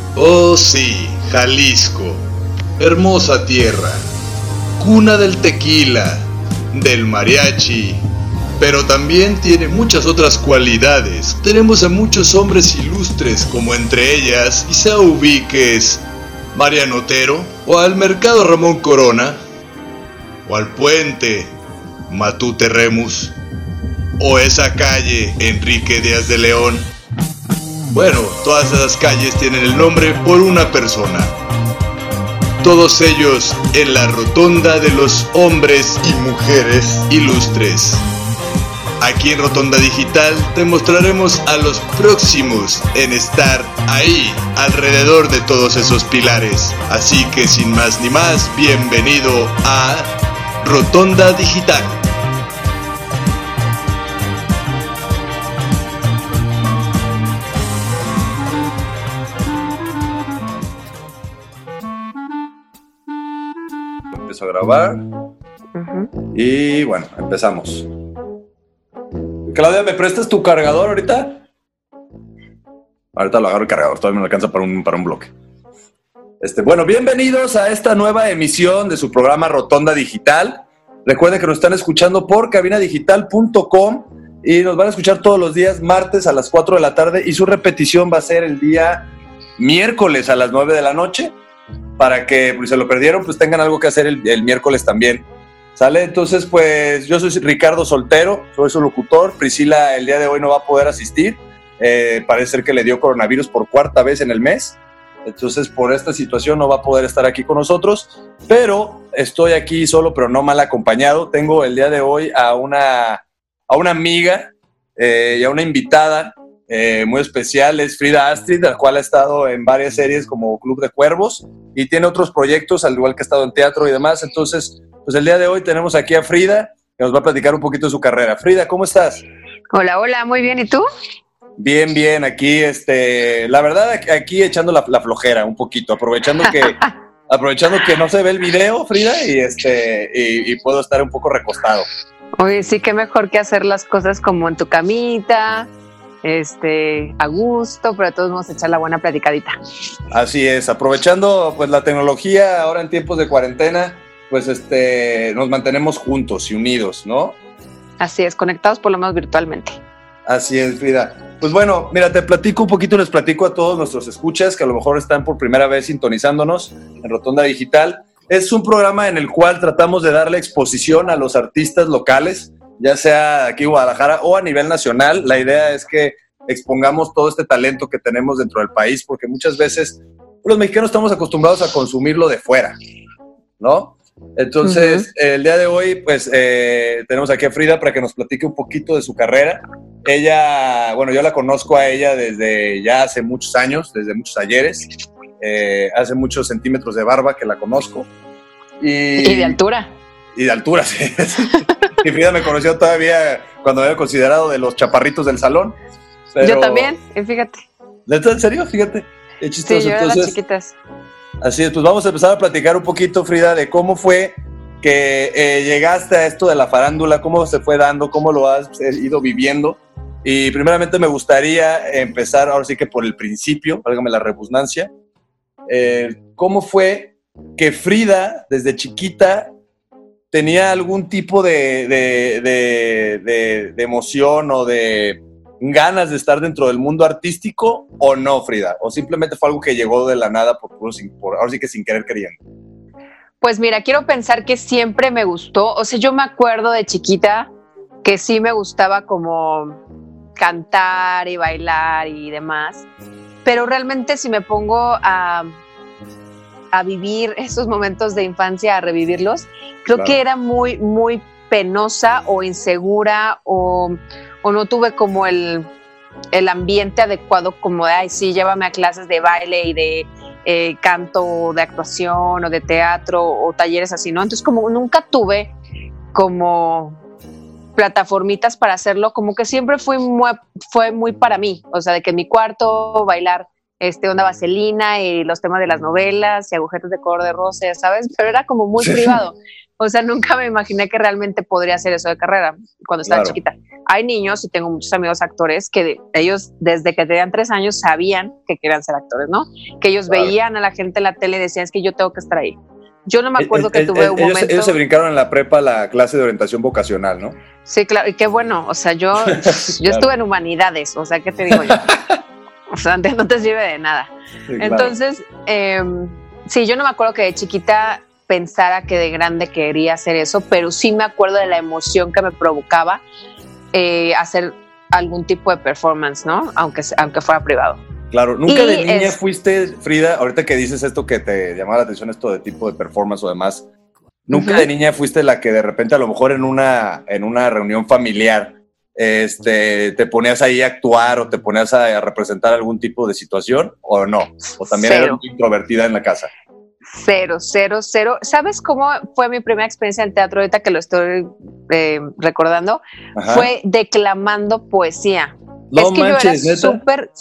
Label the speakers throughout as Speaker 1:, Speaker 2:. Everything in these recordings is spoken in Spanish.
Speaker 1: Oh sí, Jalisco, hermosa tierra, cuna del tequila, del mariachi, pero también tiene muchas otras cualidades. Tenemos a muchos hombres ilustres, como entre ellas Isao Víquez, Mariano Otero, o al Mercado Ramón Corona, o al Puente Matute Remus, o esa calle Enrique Díaz de León. Bueno, todas esas calles tienen el nombre por una persona. Todos ellos en la rotonda de los hombres y mujeres ilustres. Aquí en Rotonda Digital te mostraremos a los próximos en estar ahí, alrededor de todos esos pilares. Así que sin más ni más, bienvenido a Rotonda Digital.
Speaker 2: Empiezo a grabar. Y bueno, empezamos. Claudia, ¿me prestas tu cargador ahorita? Ahorita lo agarro el cargador, todavía me alcanza para un bloque. Bueno, bienvenidos a esta nueva emisión de su programa Rotonda Digital. Recuerden que nos están escuchando por cabinadigital.com y nos van a escuchar todos los días martes a las 4 de la tarde y su repetición va a ser el día miércoles a las 9 de la noche para que, pues, se lo perdieron, pues tengan algo que hacer el miércoles también. ¿Sale? Entonces, pues yo soy Ricardo Soltero, soy su locutor. Priscila el día de hoy no va a poder asistir. Parece ser que le dio coronavirus por cuarta vez en el mes. Entonces, por esta situación no va a poder estar aquí con nosotros. Pero estoy aquí solo, pero no mal acompañado. Tengo el día de hoy a una amiga y a una invitada muy especial. Es Frida Astrid, la cual ha estado en varias series como Club de Cuervos y tiene otros proyectos, al igual que ha estado en teatro y demás. Entonces, pues el día de hoy tenemos aquí a Frida, que nos va a platicar un poquito de su carrera. Frida, ¿cómo estás?
Speaker 3: Hola, muy bien. ¿Y tú?
Speaker 2: Bien, aquí, la verdad, aquí echando la flojera un poquito, aprovechando que no se ve el video, Frida, y puedo estar un poco recostado.
Speaker 3: Oye, sí, qué mejor que hacer las cosas como en tu camita, a gusto, pero de todos modos echar la buena platicadita.
Speaker 2: Así es, aprovechando pues la tecnología ahora en tiempos de cuarentena, pues nos mantenemos juntos y unidos, ¿no?
Speaker 3: Así es, conectados por lo menos virtualmente.
Speaker 2: Así es, Frida. Pues bueno, mira, te platico un poquito, les platico a todos nuestros escuchas que a lo mejor están por primera vez sintonizándonos en Rotonda Digital. Es un programa en el cual tratamos de darle exposición a los artistas locales, ya sea aquí en Guadalajara o a nivel nacional. La idea es que expongamos todo este talento que tenemos dentro del país, porque muchas veces los mexicanos estamos acostumbrados a consumirlo de fuera, ¿no? Entonces, el día de hoy, pues, tenemos aquí a Frida para que nos platique un poquito de su carrera. Ella, bueno, yo la conozco a ella desde ya hace muchos años, desde muchos ayeres. Hace muchos centímetros de barba que la conozco.
Speaker 3: Y de altura.
Speaker 2: Y de altura, sí. Y Frida me conoció todavía cuando era considerado de los chaparritos del salón. Pero...
Speaker 3: Yo también, fíjate.
Speaker 2: ¿En serio? Fíjate. Qué chistoso.
Speaker 3: Sí, yo era de las chiquitas.
Speaker 2: Así es, pues vamos a empezar a platicar un poquito, Frida, de cómo fue que llegaste a esto de la farándula, cómo se fue dando, cómo lo has ido viviendo. Y primeramente me gustaría empezar, ahora sí que por el principio, válgame la redundancia, ¿cómo fue que Frida, desde chiquita, tenía algún tipo de emoción o de ganas de estar dentro del mundo artístico o no, Frida? ¿O simplemente fue algo que llegó de la nada ahora sí que sin querer queriendo?
Speaker 3: Pues mira, quiero pensar que siempre me gustó. O sea, yo me acuerdo de chiquita que sí me gustaba como cantar y bailar y demás. Pero realmente si me pongo a vivir esos momentos de infancia, a revivirlos, creo que era muy, muy penosa o insegura o no tuve como el ambiente adecuado como de, ay, sí, llévame a clases de baile y de canto, de actuación o de teatro o talleres así, ¿no? Entonces como nunca tuve como plataformitas para hacerlo, como que siempre fue muy para mí, o sea, de que en mi cuarto bailar onda vaselina y los temas de las novelas y agujetas de color de rosa, ¿sabes? Pero era como muy privado. O sea, nunca me imaginé que realmente podría hacer eso de carrera cuando estaba chiquita. Hay niños, y tengo muchos amigos actores, que ellos desde que tenían 3 años sabían que querían ser actores, ¿no? Que ellos veían a la gente en la tele y decían, es que yo tengo que estar ahí. Yo no me acuerdo que tuve un momento...
Speaker 2: Ellos se brincaron en la prepa la clase de orientación vocacional, ¿no?
Speaker 3: Sí, claro, y qué bueno, o sea, yo estuve en humanidades, o sea, ¿qué te digo yo? O sea, no te sirve de nada. Sí, entonces, sí, yo no me acuerdo que de chiquita pensara que de grande quería hacer eso, pero sí me acuerdo de la emoción que me provocaba hacer algún tipo de performance, ¿no? Aunque fuera privado.
Speaker 2: Claro, ¿nunca de niña fuiste, Frida, ahorita que dices esto que te llamaba la atención, esto de tipo de performance o demás, nunca de niña fuiste la que de repente a lo mejor en una reunión familiar te ponías ahí a actuar o te ponías a representar algún tipo de situación o no? ¿O también eras muy introvertida en la casa?
Speaker 3: Cero. ¿Sabes cómo fue mi primera experiencia en teatro? Ahorita que lo estoy recordando, fue declamando poesía. No es que manches, yo era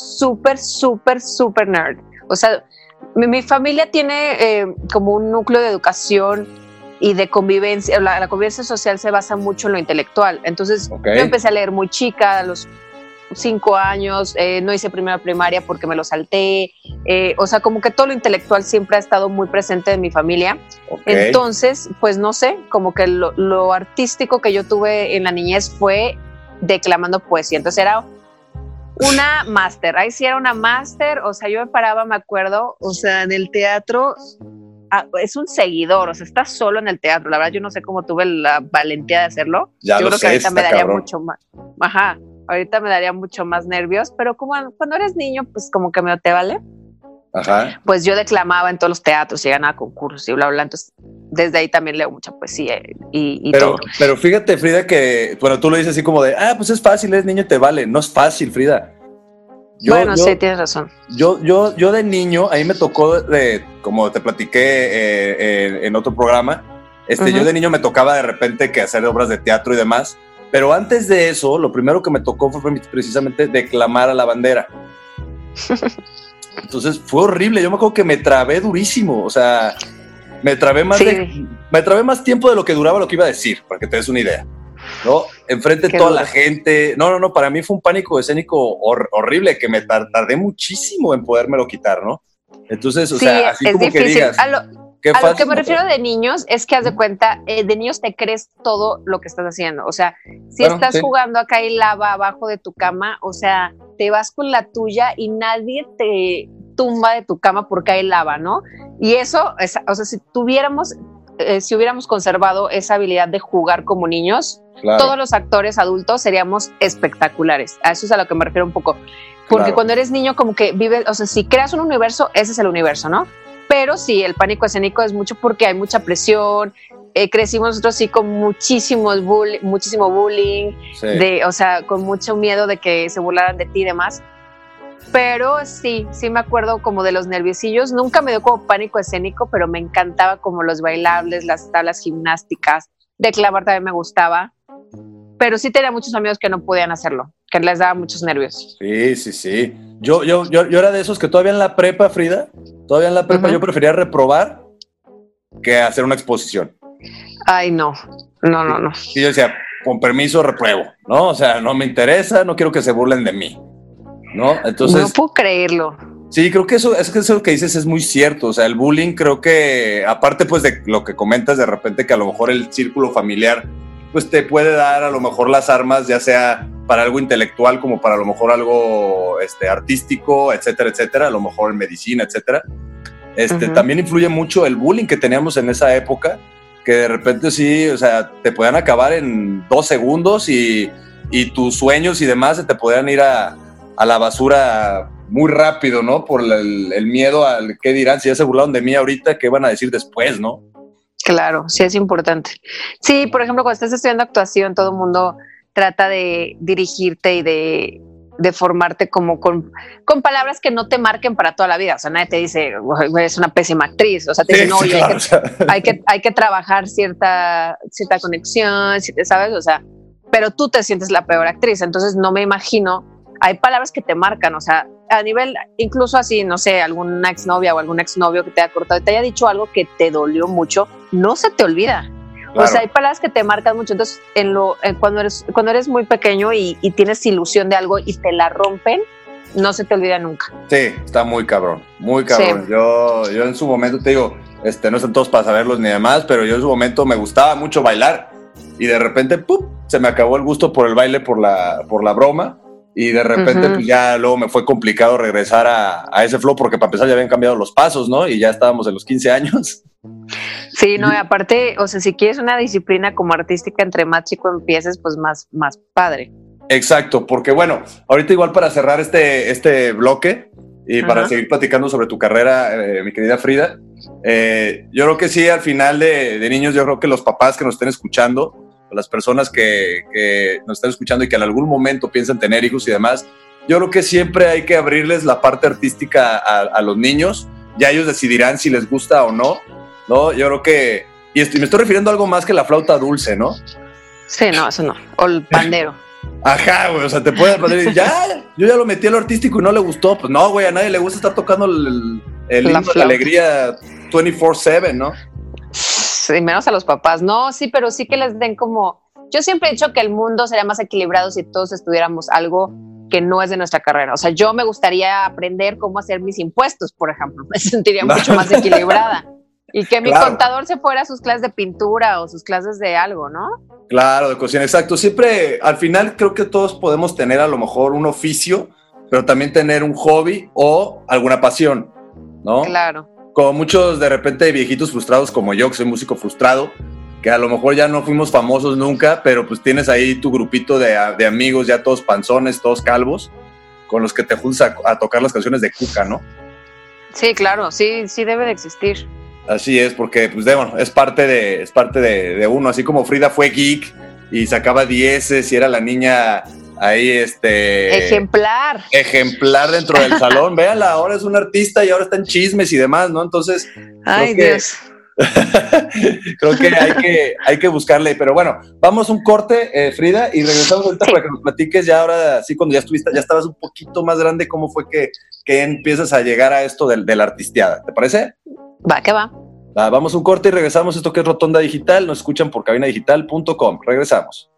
Speaker 3: súper nerd. O sea, mi familia tiene como un núcleo de educación y de convivencia. La convivencia social se basa mucho en lo intelectual. Entonces, yo empecé a leer muy chica, a los 5 años, no hice primera primaria porque me lo salté. O sea, como que todo lo intelectual siempre ha estado muy presente en mi familia. Entonces, pues no sé, como que lo artístico que yo tuve en la niñez fue declamando poesía. Entonces era una máster, ahí sí era una máster, o sea, yo me paraba, me acuerdo, o sea, en el teatro, es un seguidor, o sea, estás solo en el teatro, la verdad yo no sé cómo tuve la valentía de hacerlo, yo creo que ahorita me daría mucho más, ahorita me daría mucho más nervios, pero como cuando eres niño, pues como que me te vale. Pues yo declamaba en todos los teatros y ganaba concursos y bla, bla, entonces desde ahí también leo mucha poesía y todo.
Speaker 2: Pero fíjate, Frida, que bueno, tú lo dices así como de, pues es fácil, eres niño, te vale. No es fácil, Frida.
Speaker 3: Sí, tienes razón.
Speaker 2: Yo de niño, ahí me tocó, como te platiqué en otro programa, yo de niño me tocaba de repente que hacer obras de teatro y demás, pero antes de eso, lo primero que me tocó fue precisamente declamar a la bandera. Entonces fue horrible, yo me acuerdo que me trabé durísimo, o sea, me trabé más tiempo de lo que duraba lo que iba a decir, para que te des una idea, ¿no? Enfrente de toda la gente, no, para mí fue un pánico escénico horrible que me tardé muchísimo en podérmelo quitar, ¿no? Entonces, o sea, así como difícil. Que digas...
Speaker 3: A lo que me refiero de niños es que haz de cuenta, de niños te crees todo lo que estás haciendo, o sea, si estás jugando acá hay lava abajo de tu cama, o sea, te vas con la tuya y nadie te tumba de tu cama porque hay lava, ¿no? Y eso, o sea, si hubiéramos conservado esa habilidad de jugar como niños, todos los actores adultos seríamos espectaculares. A eso es a lo que me refiero un poco. Porque cuando eres niño como que vives, o sea, si creas un universo, ese es el universo, ¿no? Pero sí, el pánico escénico es mucho porque hay mucha presión. Crecimos nosotros sí con muchísimo bullying, o sea, con mucho miedo de que se burlaran de ti y demás. Pero sí me acuerdo como de los nerviosillos. Nunca me dio como pánico escénico, pero me encantaba como los bailables, las tablas gimnásticas. Declamar también me gustaba. Pero sí tenía muchos amigos que no podían hacerlo, que les daba muchos nervios.
Speaker 2: Sí. Yo era de esos que todavía en la prepa, Frida, yo prefería reprobar que hacer una exposición.
Speaker 3: Ay, no.
Speaker 2: Y yo decía, con permiso, repruebo, ¿no? O sea, no me interesa, no quiero que se burlen de mí, ¿no? Entonces...
Speaker 3: No puedo creerlo.
Speaker 2: Sí, creo que eso que dices es muy cierto. O sea, el bullying creo que, aparte pues de lo que comentas de repente, que a lo mejor el círculo familiar pues te puede dar a lo mejor las armas, ya sea para algo intelectual como para a lo mejor algo artístico, etcétera, a lo mejor en medicina, etcétera. También influye mucho el bullying que teníamos en esa época, que de repente sí, o sea, te podían acabar en 2 segundos y tus sueños y demás se te podían ir a la basura muy rápido, ¿no? Por el miedo al qué dirán, si ya se burlaron de mí ahorita, ¿qué van a decir después, no?
Speaker 3: Claro, sí es importante. Sí, por ejemplo, cuando estás estudiando actuación, todo el mundo trata de dirigirte y de formarte como con palabras que no te marquen para toda la vida. O sea, nadie te dice, eres una pésima actriz. O sea, te dicen, oye, claro, hay que trabajar cierta conexión, ¿sabes? O sea, pero tú te sientes la peor actriz. Entonces no me imagino, hay palabras que te marcan, o sea, a nivel, incluso así, no sé, alguna exnovia o algún exnovio que te haya cortado y te haya dicho algo que te dolió mucho, no se te olvida. O sea, hay palabras que te marcan mucho. Entonces, cuando eres muy pequeño y tienes ilusión de algo y te la rompen, no se te olvida nunca.
Speaker 2: Sí, está muy cabrón, muy cabrón. Sí. Yo en su momento, te digo, no están todos para saberlos ni demás, pero yo en su momento me gustaba mucho bailar y de repente, ¡pum!, se me acabó el gusto por el baile, por la broma, y de repente pues ya luego me fue complicado regresar a ese flow porque para empezar ya habían cambiado los pasos, ¿no? Y ya estábamos en los 15 años.
Speaker 3: Sí, no, y aparte, o sea, si quieres una disciplina como artística, entre más chico empieces, pues más padre.
Speaker 2: Exacto, porque bueno, ahorita igual para cerrar este bloque y para seguir platicando sobre tu carrera, mi querida Frida, yo creo que sí, al final de niños, yo creo que los papás que nos estén escuchando, las personas que nos estén escuchando y que en algún momento piensan tener hijos y demás, yo creo que siempre hay que abrirles la parte artística a los niños, ya ellos decidirán si les gusta o no, ¿no? Yo creo que, y me estoy refiriendo a algo más que la flauta dulce, ¿no?
Speaker 3: Sí, no, eso no, o el pandero.
Speaker 2: Ajá, güey, o sea, te puedes decir, yo ya lo metí a lo artístico y no le gustó. Pues no, güey, a nadie le gusta estar tocando el himno de la alegría 24/7, ¿no?
Speaker 3: Sí, menos a los papás. No, sí, pero sí que les den como... Yo siempre he dicho que el mundo sería más equilibrado si todos estudiáramos algo que no es de nuestra carrera. O sea, yo me gustaría aprender cómo hacer mis impuestos, por ejemplo. Me sentiría mucho más equilibrada. Y que mi contador se fuera a sus clases de pintura o sus clases de algo, ¿no?
Speaker 2: Claro, de cocina, exacto. Siempre, al final, creo que todos podemos tener a lo mejor un oficio, pero también tener un hobby o alguna pasión, ¿no?
Speaker 3: Claro.
Speaker 2: Como muchos, de repente, viejitos frustrados como yo, que soy músico frustrado, que a lo mejor ya no fuimos famosos nunca, pero pues tienes ahí tu grupito de amigos, ya todos panzones, todos calvos, con los que te juntas a tocar las canciones de Cuca, ¿no?
Speaker 3: Sí, claro, sí debe de existir.
Speaker 2: Así es, porque pues bueno, es parte de uno, así como Frida fue geek y sacaba 10 y era la niña ahí
Speaker 3: ejemplar
Speaker 2: dentro del salón. Véanla, ahora es una artista y ahora está en chismes y demás, ¿no? Entonces,
Speaker 3: ay, Dios.
Speaker 2: Creo que hay que buscarle, pero bueno, vamos un corte, Frida, y regresamos ahorita para que nos platiques ya ahora, sí, cuando ya estabas un poquito más grande, cómo fue que empiezas a llegar a esto de la artisteada, ¿te parece?
Speaker 3: Va, que va.
Speaker 2: Vamos un corte y regresamos. Esto que es Rotonda Digital, nos escuchan por cabinadigital.com. Regresamos.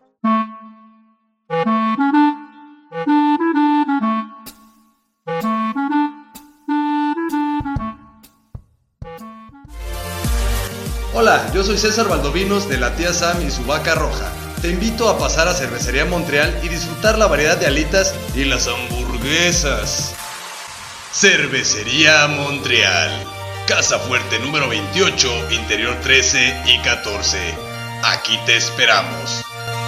Speaker 1: Hola, yo soy César Valdovinos de la Tía Sam y su Vaca Roja. Te invito a pasar a Cervecería Montreal y disfrutar la variedad de alitas y las hamburguesas. Cervecería Montreal, Casa Fuerte número 28, Interior 13 y 14. Aquí te esperamos.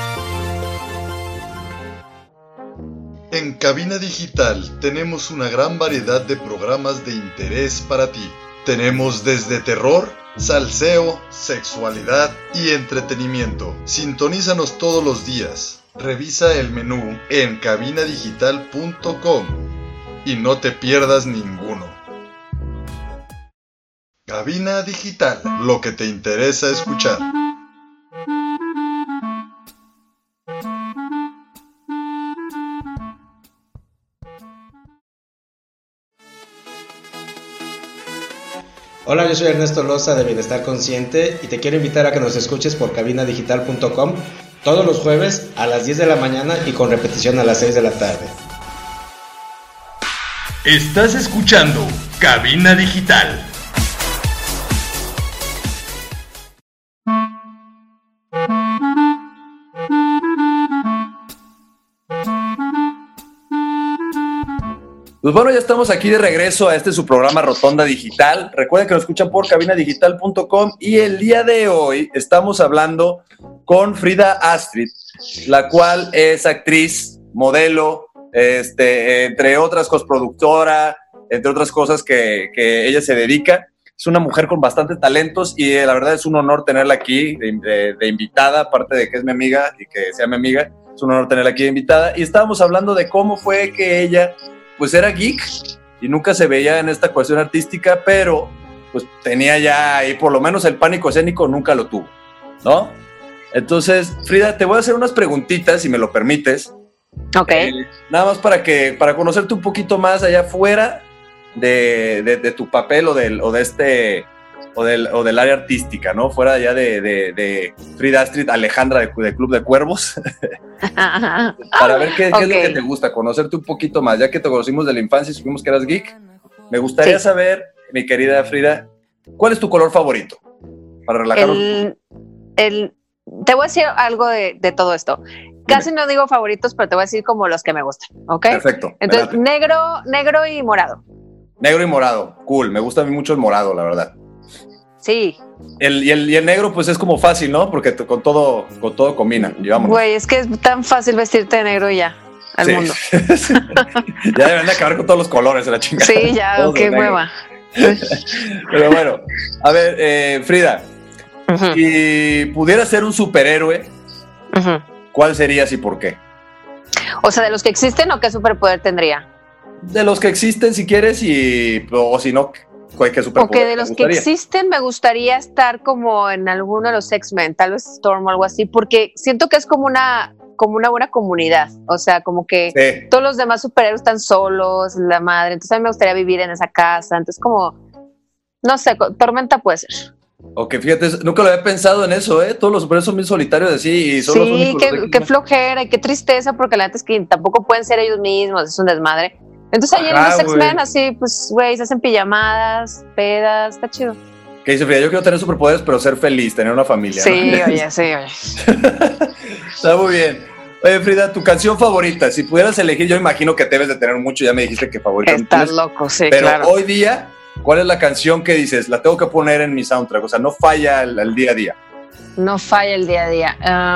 Speaker 1: En Cabina Digital tenemos una gran variedad de programas de interés para ti. Tenemos desde terror, salseo, sexualidad y entretenimiento. Sintonízanos todos los días. Revisa el menú en cabinadigital.com y no te pierdas ninguno. Cabina Digital, lo que te interesa escuchar.
Speaker 4: Hola, yo soy Ernesto Loza de Bienestar Consciente y te quiero invitar a que nos escuches por cabinadigital.com todos los jueves a las 10 de la mañana y con repetición a las 6 de la tarde.
Speaker 1: Estás escuchando Cabina Digital.
Speaker 2: Pues bueno, ya estamos aquí de regreso a su programa Rotonda Digital. Recuerden que nos escuchan por cabinadigital.com y el día de hoy estamos hablando con Frida Astrid, la cual es actriz, modelo, entre otras cosproductora, entre otras cosas que ella se dedica. Es una mujer con bastantes talentos y la verdad es un honor tenerla aquí de invitada, aparte de que es mi amiga y que sea mi amiga, es un honor tenerla aquí de invitada. Y estábamos hablando de cómo fue que ella pues era geek y nunca se veía en esta cuestión artística, pero pues tenía ya ahí por lo menos el pánico escénico nunca lo tuvo, ¿no? Entonces, Frida, te voy a hacer unas preguntitas, si me lo permites.
Speaker 3: Ok.
Speaker 2: Nada más para conocerte un poquito más allá afuera de tu papel o de o del área artística, ¿no? Fuera ya de Frida Astrid Alejandra de Club de Cuervos. Para ver qué es lo que te gusta, conocerte un poquito más. Ya que te conocimos de la infancia y supimos que eras geek, me gustaría saber, mi querida Frida, ¿cuál es tu color favorito? Para relajarnos.
Speaker 3: Te voy a decir algo de todo esto. Casi no digo favoritos, pero te voy a decir como los que me gustan, ¿ok?
Speaker 2: Perfecto.
Speaker 3: Entonces, negro y morado.
Speaker 2: Negro y morado, cool. Me gusta a mí mucho el morado, la verdad.
Speaker 3: Sí.
Speaker 2: Y el negro, pues es como fácil, ¿no? Porque con todo combina.
Speaker 3: Güey, es que es tan fácil vestirte de negro y ya, al mundo.
Speaker 2: Ya deben de acabar con todos los colores de la chingada.
Speaker 3: Sí, ya, qué hueva.
Speaker 2: Pero bueno, a ver, Frida, si pudieras ser un superhéroe, ¿cuál serías y por qué?
Speaker 3: O sea, ¿de los que existen o qué superpoder tendría?
Speaker 2: De los que existen, si quieres, o si no, ¿qué superpoder?
Speaker 3: Porque de los que existen me gustaría estar como en alguno de los X-Men, tal vez Storm o algo así, porque siento que es como una buena comunidad, o sea, como que todos los demás superhéroes están solos, la madre, entonces a mí me gustaría vivir en esa casa, entonces como, no sé, Tormenta puede ser.
Speaker 2: Ok, fíjate, nunca lo había pensado en eso, ¿eh? Todos los superhéroes son bien solitarios así y son los únicos.
Speaker 3: Sí, qué flojera y qué tristeza, porque la neta es que tampoco pueden ser ellos mismos, es un desmadre. Entonces ahí en los X-Men así, pues, güey, se hacen pijamadas, pedas, está chido.
Speaker 2: ¿Qué dice Frida? Yo quiero tener superpoderes, pero ser feliz, tener una familia.
Speaker 3: Sí,
Speaker 2: ¿no?
Speaker 3: oye.
Speaker 2: Está muy bien. Oye, Frida, tu canción favorita, si pudieras elegir, yo imagino que debes de tener mucho, ya me dijiste que favorita.
Speaker 3: Estás loco, sí,
Speaker 2: pero
Speaker 3: claro.
Speaker 2: Hoy día, ¿cuál es la canción que dices? La tengo que poner en mi soundtrack, o sea, no falla el día a día.
Speaker 3: No falla el día a día.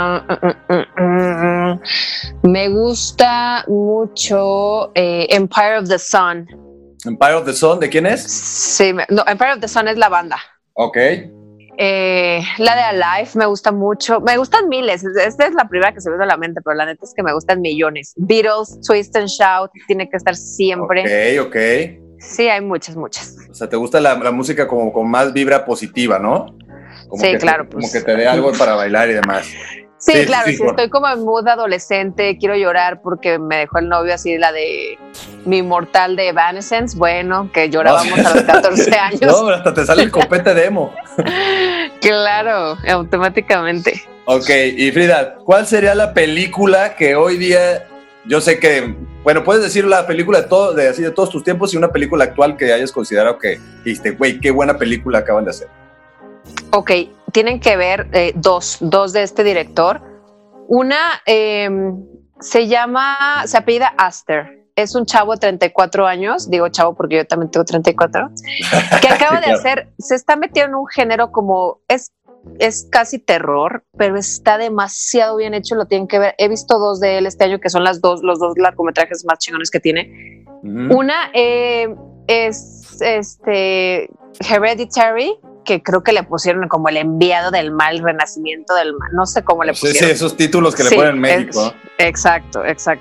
Speaker 3: Me gusta mucho Empire of the Sun.
Speaker 2: ¿Empire of the Sun? ¿De quién es?
Speaker 3: Sí, no, Empire of the Sun es la banda.
Speaker 2: Ok.
Speaker 3: La de Alive me gusta mucho. Me gustan miles. Esta es la primera que se me viene a la mente, pero la neta es que me gustan millones. Beatles, Twist and Shout, tiene que estar siempre.
Speaker 2: Ok.
Speaker 3: Sí, hay muchas.
Speaker 2: O sea, ¿te gusta la música como con más vibra positiva, no?
Speaker 3: Sí, claro.
Speaker 2: Como que te dé algo para bailar y demás.
Speaker 3: Sí, claro, si estoy como en mood adolescente, quiero llorar porque me dejó el novio, así la de Mi Inmortal de Evanescence, bueno, que llorábamos a los 14 años.
Speaker 2: No, hasta te sale el copete de emo.
Speaker 3: Claro, automáticamente.
Speaker 2: Ok, y Frida, ¿cuál sería la película que hoy día, yo sé que, bueno, puedes decir la película de todos tus tiempos y una película actual que hayas considerado que dijiste, güey, qué buena película acaban de hacer?
Speaker 3: Ok, tienen que ver dos de este director. Una se apellida Aster. Es un chavo de 34 años, digo chavo porque yo también tengo 34, que acaba de hacer, se está metiendo en un género como, es casi terror, pero está demasiado bien hecho, lo tienen que ver. He visto dos de él este año, que son los dos largometrajes más chingones que tiene. Una es Hereditary, que creo que le pusieron como el enviado del mal, renacimiento del mal, no sé cómo le pusieron.
Speaker 2: Sí, esos títulos que le ponen en México.
Speaker 3: Exacto.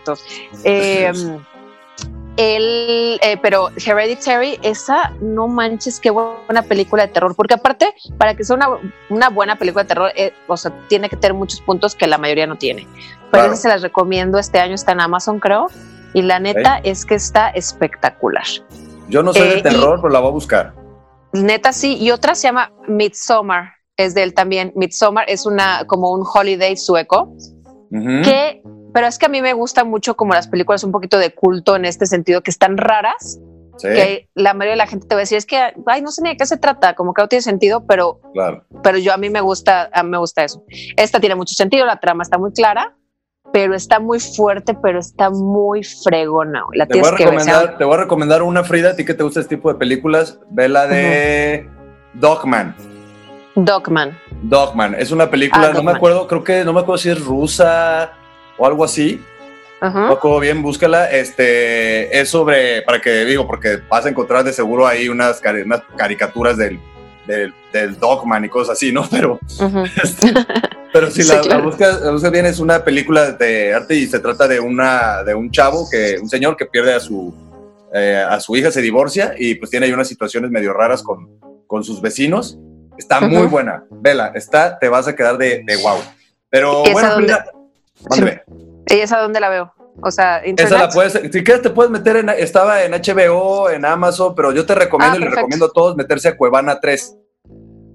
Speaker 3: Pero Hereditary, esa, no manches, qué buena película de terror, porque aparte, para que sea una buena película de terror, o sea, tiene que tener muchos puntos que la mayoría no tiene. Pero claro, se las recomiendo, este año está en Amazon, creo, y la neta es que está espectacular.
Speaker 2: Yo no soy de terror, pero la voy a buscar.
Speaker 3: Neta sí, y otra se llama Midsommar, es de él también. Midsommar es como un holiday sueco, pero es que a mí me gusta mucho como las películas un poquito de culto en este sentido, que están raras, que la mayoría de la gente te va a decir, es que, ay, no sé ni de qué se trata, como que no tiene sentido, pero a mí me gusta eso. Esta tiene mucho sentido, la trama está muy clara, pero está muy fuerte, pero está muy fregona. Te voy
Speaker 2: a recomendar una, Frida, a ti que te gusta este tipo de películas, ve la de Dogman. Dogman, es una película, no me acuerdo si es rusa o algo así. No me acuerdo bien, búscala. Es sobre, porque vas a encontrar de seguro ahí unas caricaturas del Dogman y cosas así, ¿no? Pero pero si la buscas bien, es una película de arte y se trata de un chavo, un señor que pierde a su hija, se divorcia y pues tiene ahí unas situaciones medio raras con sus vecinos. Está muy buena, vela, te vas a quedar de wow. Pero bueno, Frida,
Speaker 3: ¿y esa dónde la veo? O sea,
Speaker 2: internet. Esa la puedes, si quieres te puedes meter estaba en HBO, en Amazon, pero yo te recomiendo y le recomiendo a todos meterse a Cuevana 3.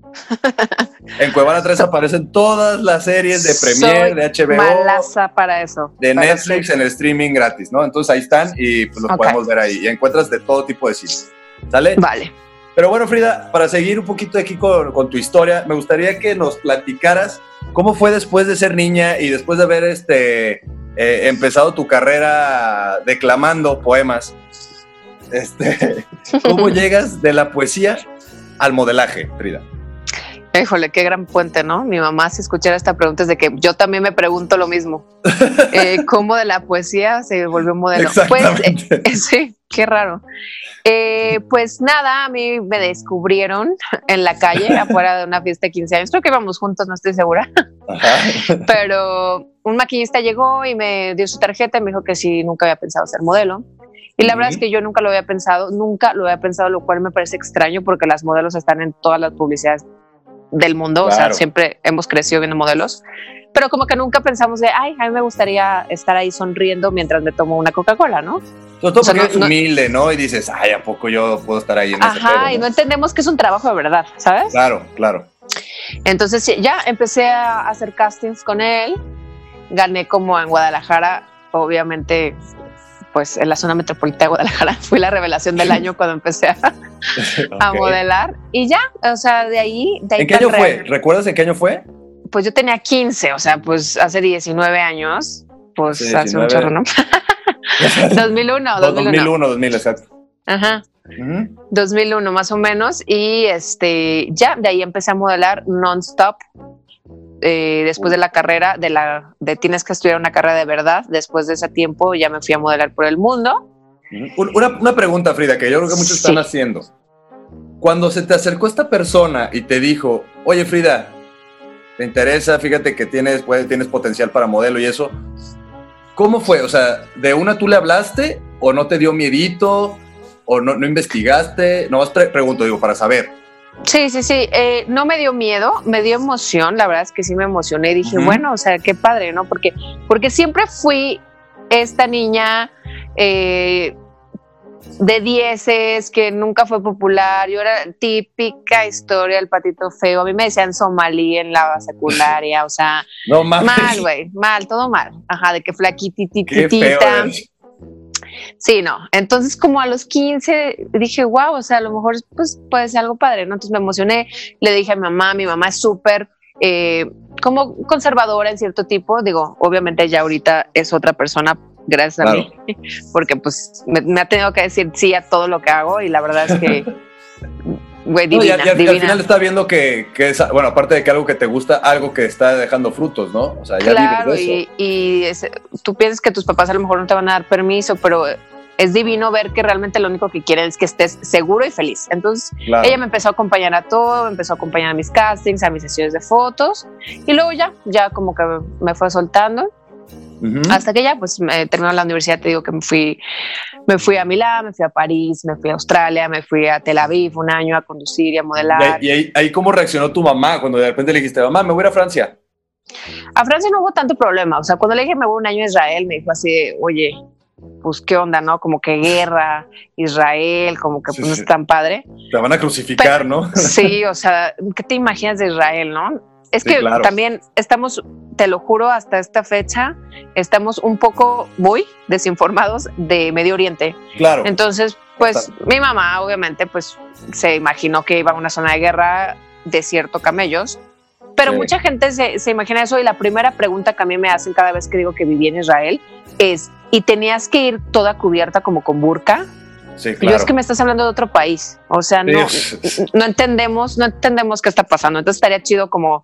Speaker 2: En Cuevana 3 aparecen todas las series de Premiere, de HBO,
Speaker 3: malaza para eso.
Speaker 2: de Netflix en el streaming gratis, ¿no? Entonces ahí están y pues los podemos ver ahí. Y encuentras de todo tipo de cine. ¿Sale?
Speaker 3: Vale.
Speaker 2: Pero bueno, Frida, para seguir un poquito aquí con tu historia, me gustaría que nos platicaras cómo fue después de ser niña y después de haber empezado tu carrera declamando poemas. ¿Cómo llegas de la poesía al modelaje, Frida?
Speaker 3: Híjole, qué gran puente, ¿no? Mi mamá, si escuchara esta pregunta, es de que yo también me pregunto lo mismo. ¿Cómo de la poesía se volvió modelo? Pues, sí, qué raro. Pues nada, a mí me descubrieron en la calle, afuera de una fiesta de 15 años. Creo que íbamos juntos, no estoy segura. Ajá. Pero un maquillista llegó y me dio su tarjeta y me dijo que sí, nunca había pensado ser modelo. Y la verdad es que yo nunca lo había pensado, lo cual me parece extraño porque las modelos están en todas las publicidades del mundo, claro. O sea, siempre hemos crecido viendo modelos, pero como que nunca pensamos de, ay, a mí me gustaría estar ahí sonriendo mientras me tomo una Coca-Cola, ¿no?
Speaker 2: Sobre todo porque eres humilde, ¿no? Y dices, ay, ¿a poco yo puedo estar ahí en ese pedo, ¿no?
Speaker 3: Y no entendemos que es un trabajo de verdad, ¿sabes?
Speaker 2: Claro, claro.
Speaker 3: Entonces ya empecé a hacer castings con él, gané como en Guadalajara, obviamente, pues en la zona metropolitana de Guadalajara, fui la revelación del año cuando empecé a modelar y ya, o sea, de ahí
Speaker 2: ¿En qué año fue? ¿Recuerdas en qué año fue?
Speaker 3: Pues yo tenía 15, o sea, pues hace 19 años, pues hace un chorro, ¿no? 2001,
Speaker 2: exacto.
Speaker 3: Ajá. 2001 más o menos y ya de ahí empecé a modelar non-stop. Después de la carrera de tienes que estudiar una carrera de verdad, después de ese tiempo ya me fui a modelar por el mundo.
Speaker 2: Una pregunta, Frida, que yo creo que muchos están haciendo. Cuando se te acercó esta persona y te dijo, oye, Frida, ¿te interesa? Fíjate que tienes potencial para modelo y eso. ¿Cómo fue? O sea, ¿de una tú le hablaste o no te dio miedito o no investigaste? No más pregunto, digo, para saber.
Speaker 3: Sí. No me dio miedo, me dio emoción. La verdad es que sí me emocioné y dije, bueno, o sea, qué padre, ¿no? Porque siempre fui esta niña de dieces que nunca fue popular. Yo era típica historia del patito feo. A mí me decían somalí en la secundaria, o sea,
Speaker 2: no, mal,
Speaker 3: güey, mal, todo mal. Ajá, de que flaquitititita. Sí, no. Entonces, como a los 15 dije, wow, o sea, a lo mejor pues puede ser algo padre, ¿no? Entonces me emocioné, le dije a mi mamá es súper como conservadora en cierto tipo. Digo, obviamente ya ahorita es otra persona, gracias a mí, porque pues me ha tenido que decir sí a todo lo que hago y la verdad es que, güey, divina.
Speaker 2: Al final está viendo que es, bueno, aparte de que algo que te gusta, algo que está dejando frutos, ¿no? O sea, ya
Speaker 3: claro,
Speaker 2: vives de eso.
Speaker 3: Tú piensas que tus papás a lo mejor no te van a dar permiso, pero es divino ver que realmente lo único que quieren es que estés seguro y feliz. Entonces, ella me empezó a acompañar a todo, me empezó a acompañar a mis castings, a mis sesiones de fotos, y luego ya como que me fue soltando. Hasta que ya pues terminó la universidad. Te digo que me fui a Milán, me fui a París, me fui a Australia, me fui a Tel Aviv un año a conducir y a modelar.
Speaker 2: ¿Y ahí cómo reaccionó tu mamá cuando de repente le dijiste, mamá, me voy a ir a Francia?
Speaker 3: A Francia no hubo tanto problema. O sea, cuando le dije me voy un año a Israel, me dijo así, oye, pues qué onda, ¿no? Como que guerra, Israel, como que pues no es tan padre.
Speaker 2: Te van a crucificar, ¿no?
Speaker 3: Sí, o sea, ¿qué te imaginas de Israel, no? Es que claro. También estamos, te lo juro, hasta esta fecha, estamos un poco muy desinformados de Medio Oriente.
Speaker 2: Claro.
Speaker 3: Entonces, pues mi mamá obviamente pues se imaginó que iba a una zona de guerra, desierto, camellos, pero mucha gente se imagina eso y la primera pregunta que a mí me hacen cada vez que digo que viví en Israel es, ¿y tenías que ir toda cubierta como con burka?
Speaker 2: Sí, claro.
Speaker 3: Yo es que me estás hablando de otro país, o sea, no entendemos qué está pasando. Entonces estaría chido como,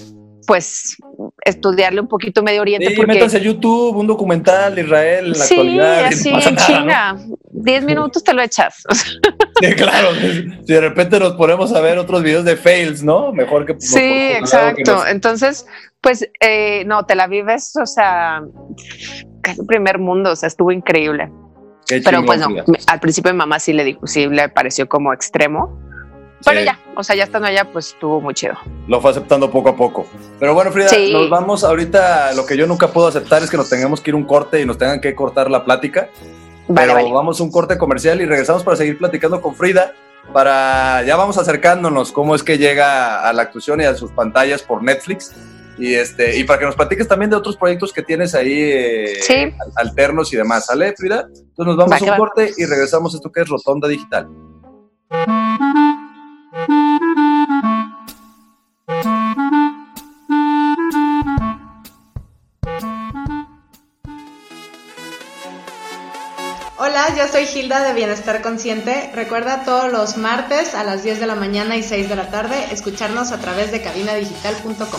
Speaker 3: pues, estudiarle un poquito Medio Oriente.
Speaker 2: Sí, métanse a YouTube, un documental de Israel en la actualidad.
Speaker 3: Sí,
Speaker 2: así,
Speaker 3: no chinga, ¿no? 10 minutos te lo echas.
Speaker 2: Sí, claro. Si de repente nos ponemos a ver otros videos de fails, ¿no? Mejor que...
Speaker 3: Sí, exacto. Entonces, pues, no, te la vives, o sea, casi primer mundo, o sea, estuvo increíble. Pero pues no, al principio mi mamá sí le dijo, sí le pareció como extremo, pero ya, o sea, ya estando allá, pues estuvo muy chido.
Speaker 2: Lo fue aceptando poco a poco. Pero bueno, Frida, nos vamos ahorita. Lo que yo nunca puedo aceptar es que nos tengamos que ir a un corte y nos tengan que cortar la plática. Vale. Vamos a un corte comercial y regresamos para seguir platicando con Frida ya vamos acercándonos cómo es que llega a la actuación y a sus pantallas por Netflix. Y para que nos platiques también de otros proyectos que tienes ahí
Speaker 3: sí,
Speaker 2: alternos y demás, ¿sale, Frida? Entonces nos vamos a un corte y regresamos a esto que es Rotonda Digital.
Speaker 5: Hola, yo soy Hilda de Bienestar Consciente. Recuerda todos los martes a las 10 de la mañana y 6 de la tarde escucharnos a través de cabinadigital.com.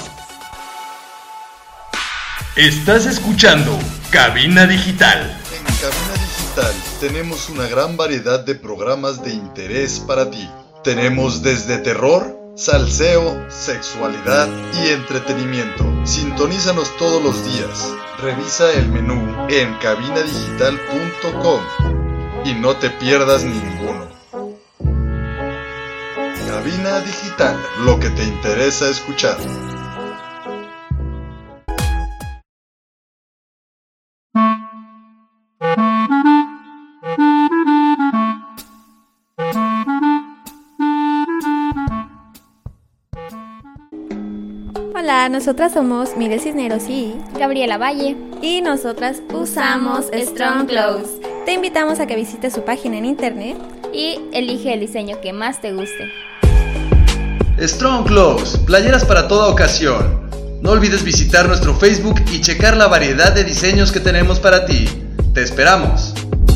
Speaker 1: Estás escuchando Cabina Digital. En Cabina Digital tenemos una gran variedad de programas de interés para ti. Tenemos desde terror, salseo, sexualidad y entretenimiento. Sintonízanos todos los días. Revisa el menú en cabinadigital.com y no te pierdas ninguno. Cabina Digital, lo que te interesa escuchar.
Speaker 6: Hola, nosotras somos Mire Cisneros y
Speaker 7: Gabriela Valle.
Speaker 6: Y nosotras usamos Strong Clothes. Te invitamos a que visites su página en internet
Speaker 7: y elige el diseño que más te guste.
Speaker 1: Strong Clothes, playeras para toda ocasión. No olvides visitar nuestro Facebook y checar la variedad de diseños que tenemos para ti. ¡Te esperamos!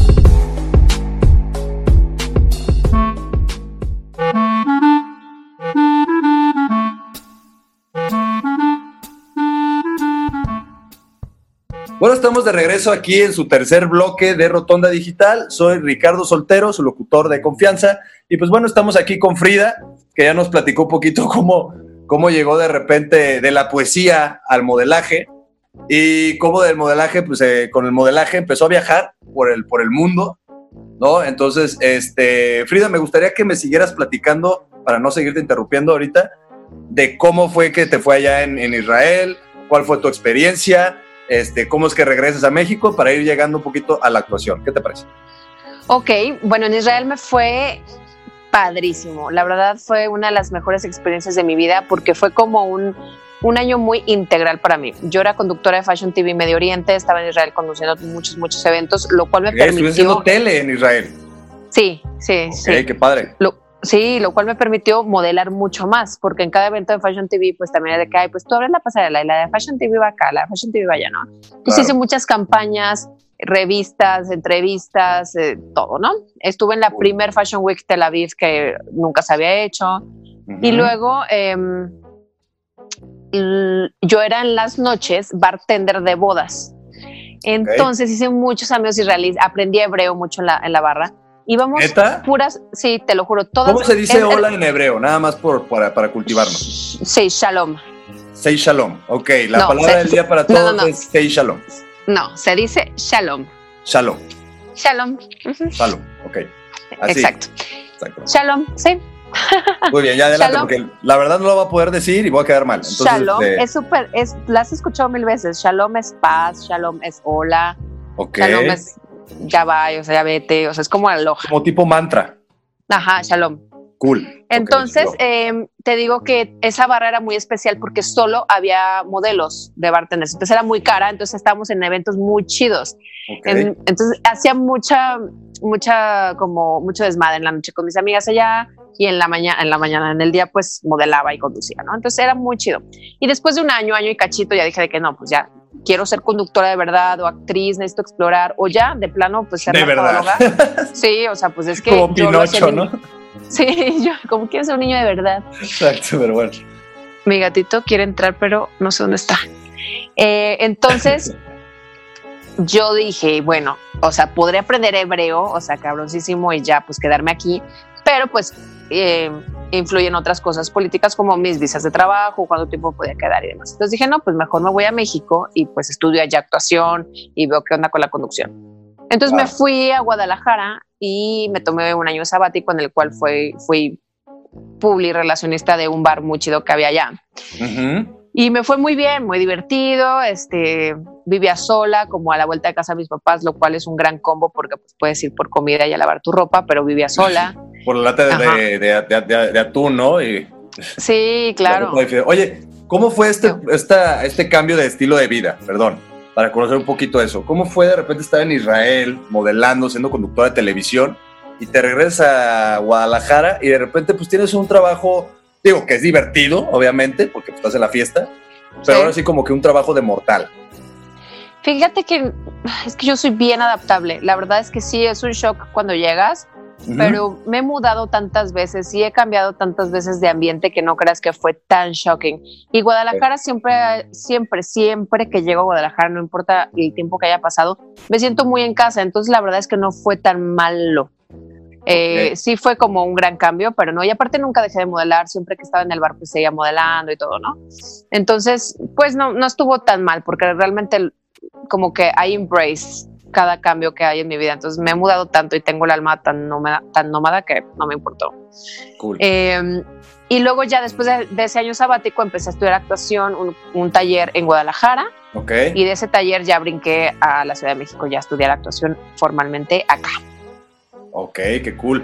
Speaker 2: Bueno, estamos de regreso aquí en su tercer bloque de Rotonda Digital. Soy Ricardo Soltero, su locutor de confianza. Y pues bueno, estamos aquí con Frida, que ya nos platicó un poquito cómo llegó de repente de la poesía al modelaje. Y cómo del modelaje, pues con el modelaje empezó a viajar por el mundo, ¿no? Entonces, Frida, me gustaría que me siguieras platicando, para no seguirte interrumpiendo ahorita, de cómo fue que te fue allá en Israel, cuál fue tu experiencia, cómo es que regresas a México para ir llegando un poquito a la actuación. ¿Qué te parece?
Speaker 3: Ok, bueno, en Israel me fue padrísimo. La verdad fue una de las mejores experiencias de mi vida porque fue como un año muy integral para mí. Yo era conductora de Fashion TV Medio Oriente, estaba en Israel conduciendo muchos eventos, lo cual me permitió...
Speaker 2: ¿Estuviste haciendo tele en Israel?
Speaker 3: Sí.
Speaker 2: Qué padre.
Speaker 3: Lo cual me permitió modelar mucho más, porque en cada evento de Fashion TV, pues también era de que, pues tú abres la pasarela y la de Fashion TV va acá, la de Fashion TV va allá, ¿no? Entonces hice muchas campañas, revistas, entrevistas, todo, ¿no? Estuve en la primer Fashion Week Tel Aviv que nunca se había hecho. Uh-huh. Y luego yo era en las noches bartender de bodas. Entonces hice muchos amigos israelíes, aprendí hebreo mucho en la barra. Íbamos puras, sí, te lo juro. Todas,
Speaker 2: ¿cómo se dice hola en hebreo? Nada más para cultivarnos.
Speaker 3: Sí, shalom.
Speaker 2: Sei shalom. Ok, la palabra del día para todos es sei shalom.
Speaker 3: No, se dice shalom.
Speaker 2: Shalom.
Speaker 3: Shalom.
Speaker 2: Uh-huh. Shalom, ok. Así.
Speaker 3: Exacto. Shalom, sí.
Speaker 2: Muy bien, ya adelante, shalom. Porque la verdad no lo voy a poder decir y voy a quedar mal. Entonces,
Speaker 3: shalom es súper, la has escuchado 1000 veces. Shalom es paz, shalom es hola.
Speaker 2: Ok.
Speaker 3: Shalom es ya va, o sea, ya vete, o sea, es como aloha.
Speaker 2: Como tipo mantra.
Speaker 3: Ajá, shalom.
Speaker 2: Cool.
Speaker 3: Entonces, te digo que esa barra era muy especial porque solo había modelos de bartenders. Entonces era muy cara, entonces estábamos en eventos muy chidos.
Speaker 2: Okay.
Speaker 3: Entonces hacía mucho desmadre en la noche con mis amigas allá y en la mañana, en el día, pues modelaba y conducía, ¿no? Entonces era muy chido. Y después de un año y cachito, ya dije de que no, pues ya quiero ser conductora de verdad o actriz, necesito explorar, o ya, de plano, pues ser mercadóloga. Sí, o sea, pues es que...
Speaker 2: Como Pinocho, ¿no?
Speaker 3: Sí, yo como quiero ser un niño de verdad.
Speaker 2: Exacto, pero bueno.
Speaker 3: Mi gatito quiere entrar, pero no sé dónde está. Entonces, yo dije, bueno, o sea, podría aprender hebreo, o sea, cabroncísimo, y ya, pues quedarme aquí, pero pues influyen otras cosas políticas como mis visas de trabajo, cuánto tiempo podía quedar y demás. Entonces dije, no, pues mejor me voy a México y pues estudio allá actuación y veo qué onda con la conducción. Entonces me fui a Guadalajara y me tomé un año sabático en el cual fui publi relacionista de un bar muy chido que había allá. Uh-huh. Y me fue muy bien, muy divertido. Vivía sola, como a la vuelta de casa de mis papás, lo cual es un gran combo porque pues, puedes ir por comida y a lavar tu ropa, pero vivía sola.
Speaker 2: Por la lata de atún, ¿no?
Speaker 3: Sí, claro.
Speaker 2: Oye, ¿cómo fue este cambio de estilo de vida? Perdón, para conocer un poquito eso. ¿Cómo fue de repente estar en Israel, modelando, siendo conductora de televisión, y te regresas a Guadalajara y de repente pues tienes un trabajo, digo, que es divertido, obviamente, porque estás en la fiesta, pero ahora sí como que un trabajo de mortal?
Speaker 3: Fíjate que es que yo soy bien adaptable. La verdad es que sí, es un shock cuando llegas, pero me he mudado tantas veces y he cambiado tantas veces de ambiente que no creas que fue tan shocking. Y Guadalajara siempre que llego a Guadalajara, no importa el tiempo que haya pasado, me siento muy en casa. Entonces la verdad es que no fue tan malo. Sí fue como un gran cambio, pero no, y aparte nunca dejé de modelar, siempre que estaba en el bar pues seguía modelando y todo, ¿no? Entonces pues no estuvo tan mal, porque realmente como que I embrace cada cambio que hay en mi vida. Entonces me he mudado tanto y tengo el alma tan nómada que no me importó.
Speaker 2: Cool.
Speaker 3: Y luego ya después de ese año sabático empecé a estudiar actuación, un taller en Guadalajara.
Speaker 2: Okay.
Speaker 3: Y de ese taller ya brinqué a la Ciudad de México, ya a estudiar actuación formalmente acá.
Speaker 2: Ok, qué cool.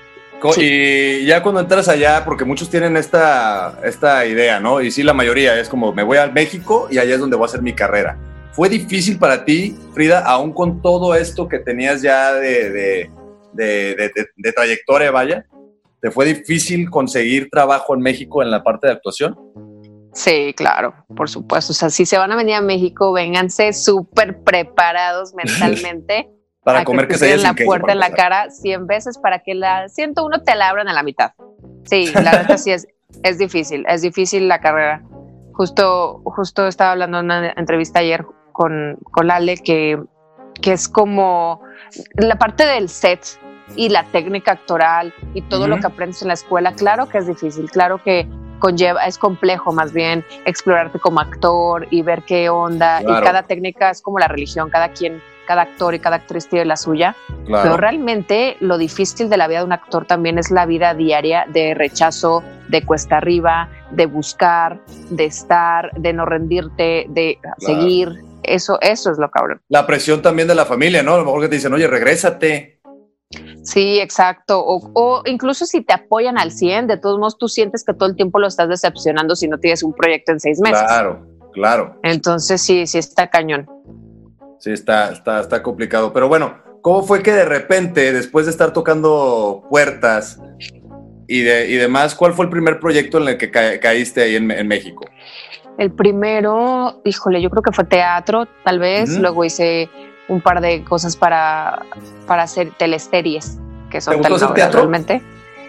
Speaker 2: Sí. Y ya cuando entras allá, porque muchos tienen esta idea, ¿no? Y sí, la mayoría es como, me voy a México y allá es donde voy a hacer mi carrera. ¿Fue difícil para ti, Frida, aún con todo esto que tenías ya de trayectoria, vaya? ¿Te fue difícil conseguir trabajo en México en la parte de actuación?
Speaker 3: Sí, claro, por supuesto. O sea, si se van a venir a México, vénganse súper preparados mentalmente.
Speaker 2: Para comer quesadillas sin queso.
Speaker 3: La puerta en la cara 100 veces para que la 101 te la abran a la mitad. Sí, la verdad sí es difícil la carrera. Justo estaba hablando en una entrevista ayer con Ale que es como la parte del set y la técnica actoral y todo lo que aprendes en la escuela. Claro que es difícil, claro que es complejo más bien explorarte como actor y ver qué onda. Claro. Y cada técnica es como la religión, cada actor y cada actriz tiene la suya. Claro. Pero realmente lo difícil de la vida de un actor también es la vida diaria de rechazo, de cuesta arriba, de buscar, de estar, de no rendirte, de seguir. Eso es lo cabrón.
Speaker 2: La presión también de la familia, ¿no? A lo mejor que te dicen, oye, regrésate.
Speaker 3: Sí, exacto. O incluso si te apoyan al 100, de todos modos tú sientes que todo el tiempo lo estás decepcionando si no tienes un proyecto en 6 meses.
Speaker 2: Claro.
Speaker 3: Entonces sí está cañón.
Speaker 2: Sí, está complicado. Pero bueno, ¿cómo fue que de repente, después de estar tocando puertas y demás, cuál fue el primer proyecto en el que caíste ahí en México?
Speaker 3: El primero, híjole, yo creo que fue teatro, tal vez. Luego hice un par de cosas para hacer teleseries, que son telenovelas realmente.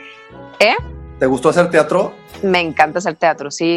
Speaker 2: ¿Te gustó hacer teatro?
Speaker 3: Me encanta hacer teatro, sí,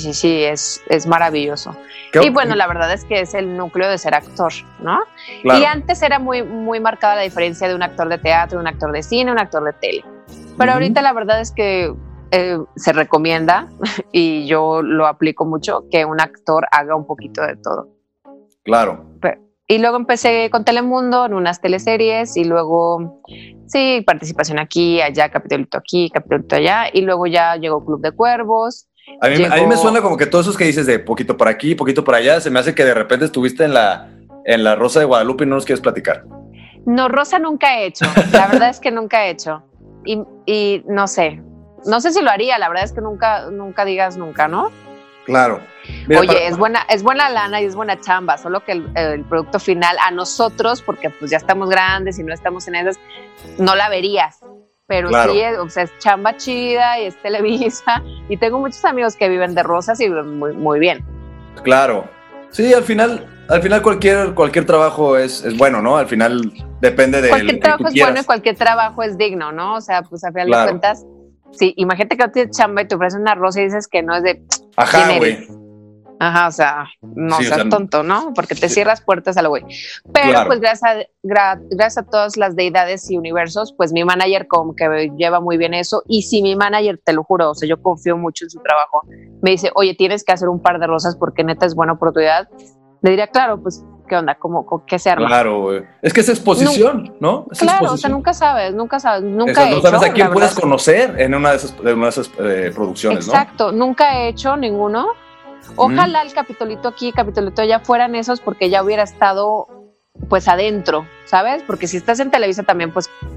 Speaker 3: es maravilloso. Y bueno, la verdad es que es el núcleo de ser actor, ¿no? Claro. Y antes era muy, muy marcada la diferencia de un actor de teatro, un actor de cine, un actor de tele. Pero ahorita la verdad es que se recomienda, y yo lo aplico mucho, que un actor haga un poquito de todo.
Speaker 2: Claro.
Speaker 3: Y luego empecé con Telemundo en unas teleseries y luego, sí, participación aquí, allá, capitolito aquí, capitolito allá, y lugo ya llegó Club de Cuervos.
Speaker 2: A mí me suena como que todos esos que dices de poquito por aquí, poquito por allá, se me hace que de repente estuviste en la Rosa de Guadalupe y no nos quieres platicar.
Speaker 3: No, Rosa nunca he hecho, la verdad es que nunca he hecho. Y no sé si lo haría, la verdad es que nunca digas nunca, ¿no?
Speaker 2: Claro.
Speaker 3: Mira, oye, es buena lana y es buena chamba, solo que el producto final a nosotros, porque pues ya estamos grandes y no estamos en esas, no la verías. Pero claro. Sí, o sea, es chamba chida y es Televisa, y tengo muchos amigos que viven de Rosas y viven muy, muy bien.
Speaker 2: Claro. Sí, al final cualquier trabajo es bueno, ¿no? Al final depende de
Speaker 3: cualquier trabajo es bueno y cualquier trabajo es digno, ¿no? O sea, pues a final de cuentas, sí, imagínate que no tienes chamba y te ofrecen una rosa y dices que no es de
Speaker 2: ajá, güey.
Speaker 3: Ajá, o sea, no seas tonto, ¿no? Porque te cierras puertas a lo güey. Pero pues gracias a todas las deidades y universos, pues mi manager como que lleva muy bien eso. Y si mi manager, te lo juro, o sea, yo confío mucho en su trabajo, me dice, oye, tienes que hacer un par de rosas porque neta es buena oportunidad, le diría, claro, pues, ¿qué onda? ¿Qué se arma?
Speaker 2: Claro, güey. Es que es exposición, ¿no? Es
Speaker 3: claro,
Speaker 2: exposición.
Speaker 3: O sea, nunca sabes. Nunca he
Speaker 2: no sabes a quién puedes conocer en una de esas producciones,
Speaker 3: exacto, ¿no? Nunca he hecho ninguno. Ojalá el capitolito aquí, capitolito allá fueran esos, porque ya hubiera estado pues adentro, ¿sabes? Porque si estás en Televisa también, pues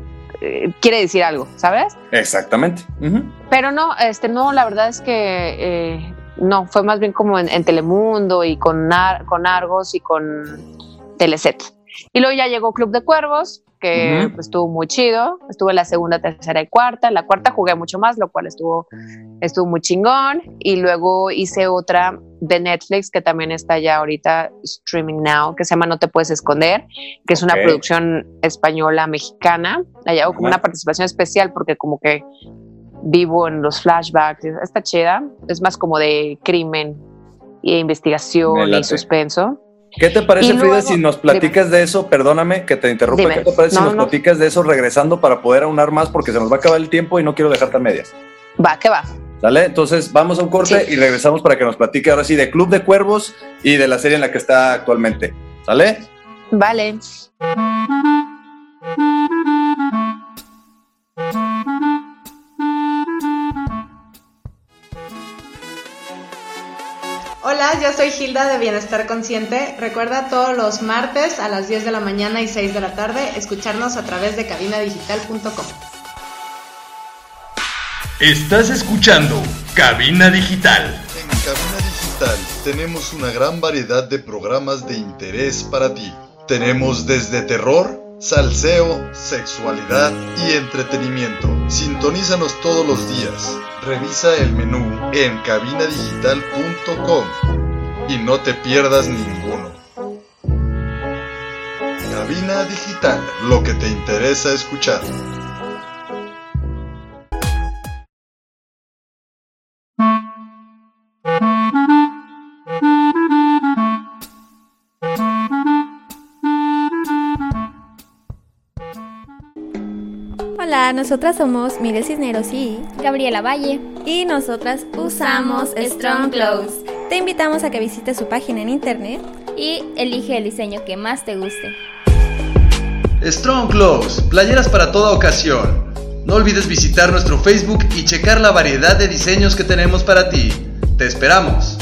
Speaker 3: quiere decir algo, ¿sabes?
Speaker 2: Exactamente. Uh-huh.
Speaker 3: Pero no, la verdad es que no, fue más bien como en Telemundo y con Argos y con Teleset. Y luego ya llegó Club de Cuervos, que pues, estuvo muy chido. Estuve en la segunda, tercera y cuarta. En la cuarta jugué mucho más, lo cual estuvo muy chingón. Y luego hice otra de Netflix, que también está ya ahorita streaming now, que se llama No te puedes esconder, que es una producción española mexicana. Allá hago como una participación especial porque como que vivo en los flashbacks. Está chida. Es más como de crimen e investigación y suspenso.
Speaker 2: ¿Qué te parece, Frida, si nos platicas de eso? Perdóname que te interrumpa. ¿Qué te parece si nos platicas de eso regresando para poder aunar más? Porque se nos va a acabar el tiempo y no quiero dejarte a medias.
Speaker 3: Va, que va.
Speaker 2: ¿Sale? Entonces vamos a un corte y regresamos para que nos platique ahora sí de Club de Cuervos y de la serie en la que está actualmente. ¿Sale?
Speaker 3: Vale.
Speaker 5: Hola, yo soy Hilda de Bienestar Consciente. Recuerda todos los martes a las 10 de la mañana y 6 de la tarde escucharnos a través de cabinadigital.com.
Speaker 1: Estás escuchando Cabina Digital. En Cabina Digital tenemos una gran variedad de programas de interés para ti. Tenemos desde terror, salseo, sexualidad y entretenimiento. Sintonízanos todos los días. Revisa el menú en cabinadigital.com y no te pierdas ninguno. Cabina Digital, lo que te interesa escuchar.
Speaker 6: Hola, nosotras somos Mire Cisneros y
Speaker 7: Gabriela Valle.
Speaker 6: Y nosotras usamos Strong Clothes. Te invitamos a que visites su página en internet
Speaker 7: y elige el diseño que más te guste.
Speaker 1: Strong Clothes, playeras para toda ocasión. No olvides visitar nuestro Facebook y checar la variedad de diseños que tenemos para ti. ¡Te esperamos!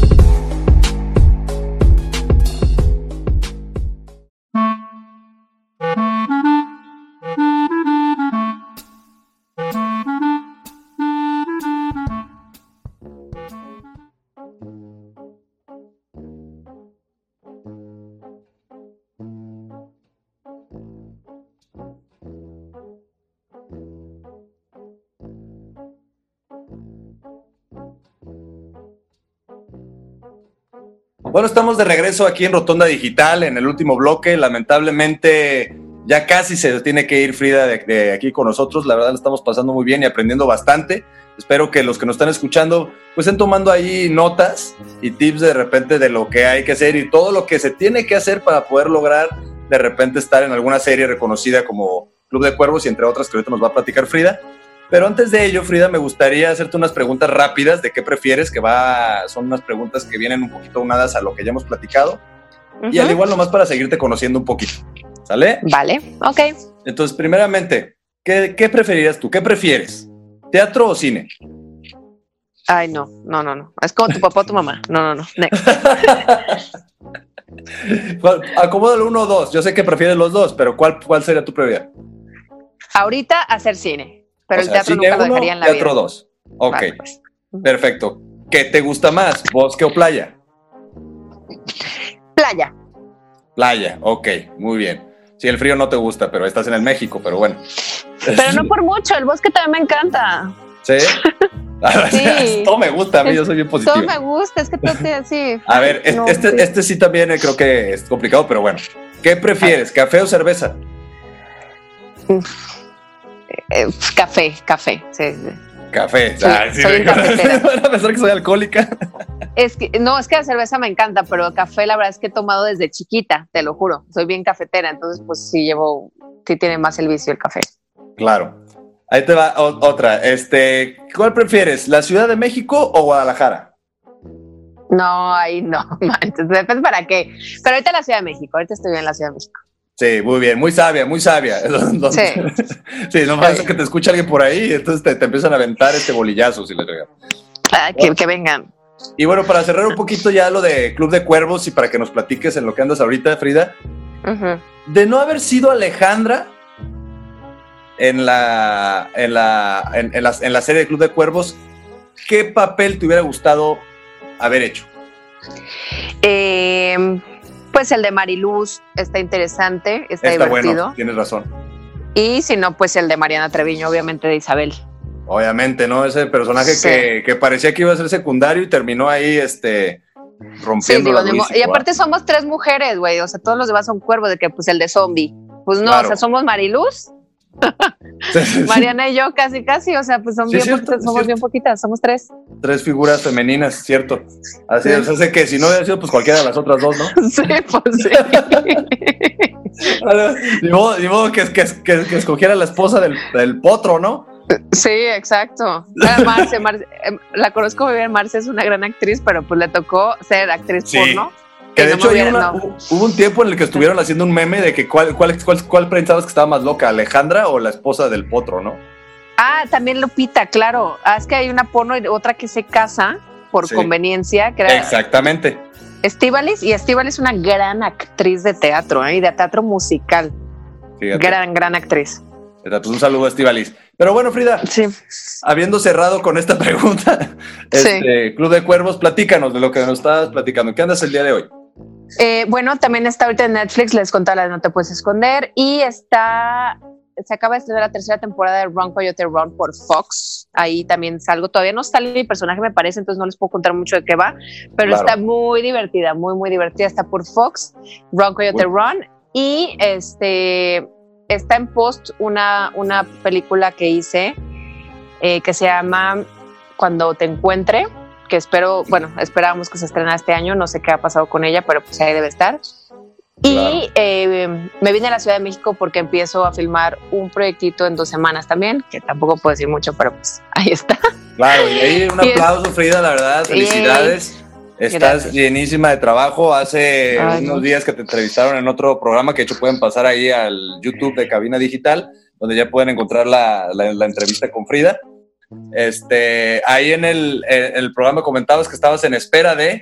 Speaker 2: Bueno, estamos de regreso aquí en Rotonda Digital, en el último bloque. Lamentablemente ya casi se tiene que ir Frida de aquí con nosotros. La verdad, la estamos pasando muy bien y aprendiendo bastante. Espero que los que nos están escuchando pues estén tomando ahí notas y tips de repente de lo que hay que hacer y todo lo que se tiene que hacer para poder lograr de repente estar en alguna serie reconocida como Club de Cuervos y entre otras que ahorita nos va a platicar Frida. Pero antes de ello, Frida, me gustaría hacerte unas preguntas rápidas de qué prefieres, son unas preguntas que vienen un poquito unadas a lo que ya hemos platicado. Y al igual nomás para seguirte conociendo un poquito, ¿sale?
Speaker 3: Vale, ok.
Speaker 2: Entonces, primeramente, ¿qué preferirías tú? ¿Qué prefieres? ¿Teatro o cine?
Speaker 3: Ay, no. Es como tu papá o tu mamá. No. Next.
Speaker 2: Acomódalo 1 o 2. Yo sé que prefieres los dos, pero ¿cuál sería tu prioridad?
Speaker 3: Ahorita hacer cine. Pero el teatro
Speaker 2: nunca
Speaker 3: lo dejaría en la
Speaker 2: teatro
Speaker 3: vida.
Speaker 2: 2. Ok,
Speaker 3: vale, pues.
Speaker 2: Perfecto. ¿Qué te gusta más, bosque o playa?
Speaker 3: Playa.
Speaker 2: Playa, ok, muy bien. Sí, el frío no te gusta, pero estás en el México, pero bueno.
Speaker 3: Pero no por mucho, el bosque también me encanta.
Speaker 2: ¿Sí?
Speaker 3: Sí.
Speaker 2: Todo me gusta, a mí yo soy bien positivo.
Speaker 3: Todo me gusta, es que todo te así.
Speaker 2: A ver, este sí también creo que es complicado, pero bueno. ¿Qué prefieres, café o cerveza?
Speaker 3: Café, sí.
Speaker 2: Café.
Speaker 3: Soy cafetera.
Speaker 2: Van a pensar que soy alcohólica.
Speaker 3: Es que la cerveza me encanta, pero el café la verdad es que he tomado desde chiquita, te lo juro. Soy bien cafetera, entonces pues sí tiene más el vicio el café. Claro.
Speaker 2: Ahí te va otra. ¿Cuál prefieres, la Ciudad de México o Guadalajara?
Speaker 3: No, ahí no, manches, depende para qué. Pero ahorita la Ciudad de México, ahorita estoy bien en la Ciudad de México.
Speaker 2: Sí, muy bien, muy sabia. Sí, no pasa que te escuche alguien por ahí, entonces te empiezan a aventar bolillazo si le regalan.
Speaker 3: Que vengan.
Speaker 2: Y bueno, para cerrar un poquito ya lo de Club de Cuervos y para que nos platiques en lo que andas ahorita, Frida, de no haber sido Alejandra, en la serie de Club de Cuervos, ¿qué papel te hubiera gustado haber hecho?
Speaker 3: Pues el de Mariluz está interesante, está divertido.
Speaker 2: Bueno, tienes razón.
Speaker 3: Y si no, pues el de Mariana Treviño, obviamente de Isabel.
Speaker 2: Obviamente, ¿no? Ese personaje
Speaker 3: Sí.
Speaker 2: que parecía que iba a ser secundario y terminó ahí rompiendo la
Speaker 3: Y aparte somos 3 mujeres, güey. O sea, todos los demás son cuervos, de que pues el de zombie. Pues no,
Speaker 2: Claro.
Speaker 3: o sea, somos Mariluz, Mariana y yo casi, o sea, pues son
Speaker 2: Sí,
Speaker 3: bien
Speaker 2: cierto,
Speaker 3: poquitas, somos bien poquitas, somos 3.
Speaker 2: 3 figuras femeninas, cierto. Así
Speaker 3: Sí.
Speaker 2: es, hace que si no hubiera sido, pues cualquiera de las otras 2, ¿no?
Speaker 3: Sí, pues sí.
Speaker 2: Ni modo que escogiera la esposa del potro, ¿no?
Speaker 3: Sí, exacto. Marce, la conozco muy bien, Marce es una gran actriz, pero pues le tocó ser actriz
Speaker 2: Sí.
Speaker 3: porno.
Speaker 2: Que de
Speaker 3: no
Speaker 2: hecho
Speaker 3: me hubiera-
Speaker 2: hubo un tiempo en el que estuvieron haciendo un meme de que cuál pensabas que estaba más loca, Alejandra o la esposa del potro, ¿no?
Speaker 3: Ah, también Lupita, claro. Es que hay una porno y otra que se casa por
Speaker 2: Sí.
Speaker 3: conveniencia, que era
Speaker 2: Exactamente.
Speaker 3: Estíbaliz, y Estíbaliz es una gran actriz de teatro, y de teatro musical.
Speaker 2: Fíjate.
Speaker 3: Gran actriz.
Speaker 2: Pues un saludo a Estíbaliz. Pero bueno, Frida,
Speaker 3: Sí.
Speaker 2: habiendo cerrado con esta pregunta, Club de Cuervos, platícanos de lo que nos estabas platicando. ¿Qué andas el día de hoy?
Speaker 3: Bueno, también está ahorita en Netflix, les contaba la de No Te Puedes Esconder, y se acaba de estrenar la 3ª temporada de Run Coyote Run por Fox. Ahí también salgo, todavía no sale mi personaje, me parece, entonces no les puedo contar mucho de qué va, pero
Speaker 2: Claro.
Speaker 3: está muy divertida, muy divertida. Está por Fox, Run Coyote Run, y está en post una película que hice que se llama Cuando te encuentre, que esperábamos que se estrenara este año, no sé qué ha pasado con ella, pero pues ahí debe estar. Y me vine a la Ciudad de México porque empiezo a filmar un proyectito en 2 semanas también, que tampoco puedo decir mucho, pero pues ahí está.
Speaker 2: Claro, y ahí un aplauso, Frida, la verdad, felicidades. Estás
Speaker 3: Gracias.
Speaker 2: llenísima de trabajo. Hace
Speaker 3: Ay,
Speaker 2: unos días que te entrevistaron en otro programa, que de hecho pueden pasar ahí al YouTube de Cabina Digital, donde ya pueden encontrar la entrevista con Frida. Ahí en el programa comentabas que estabas en espera de...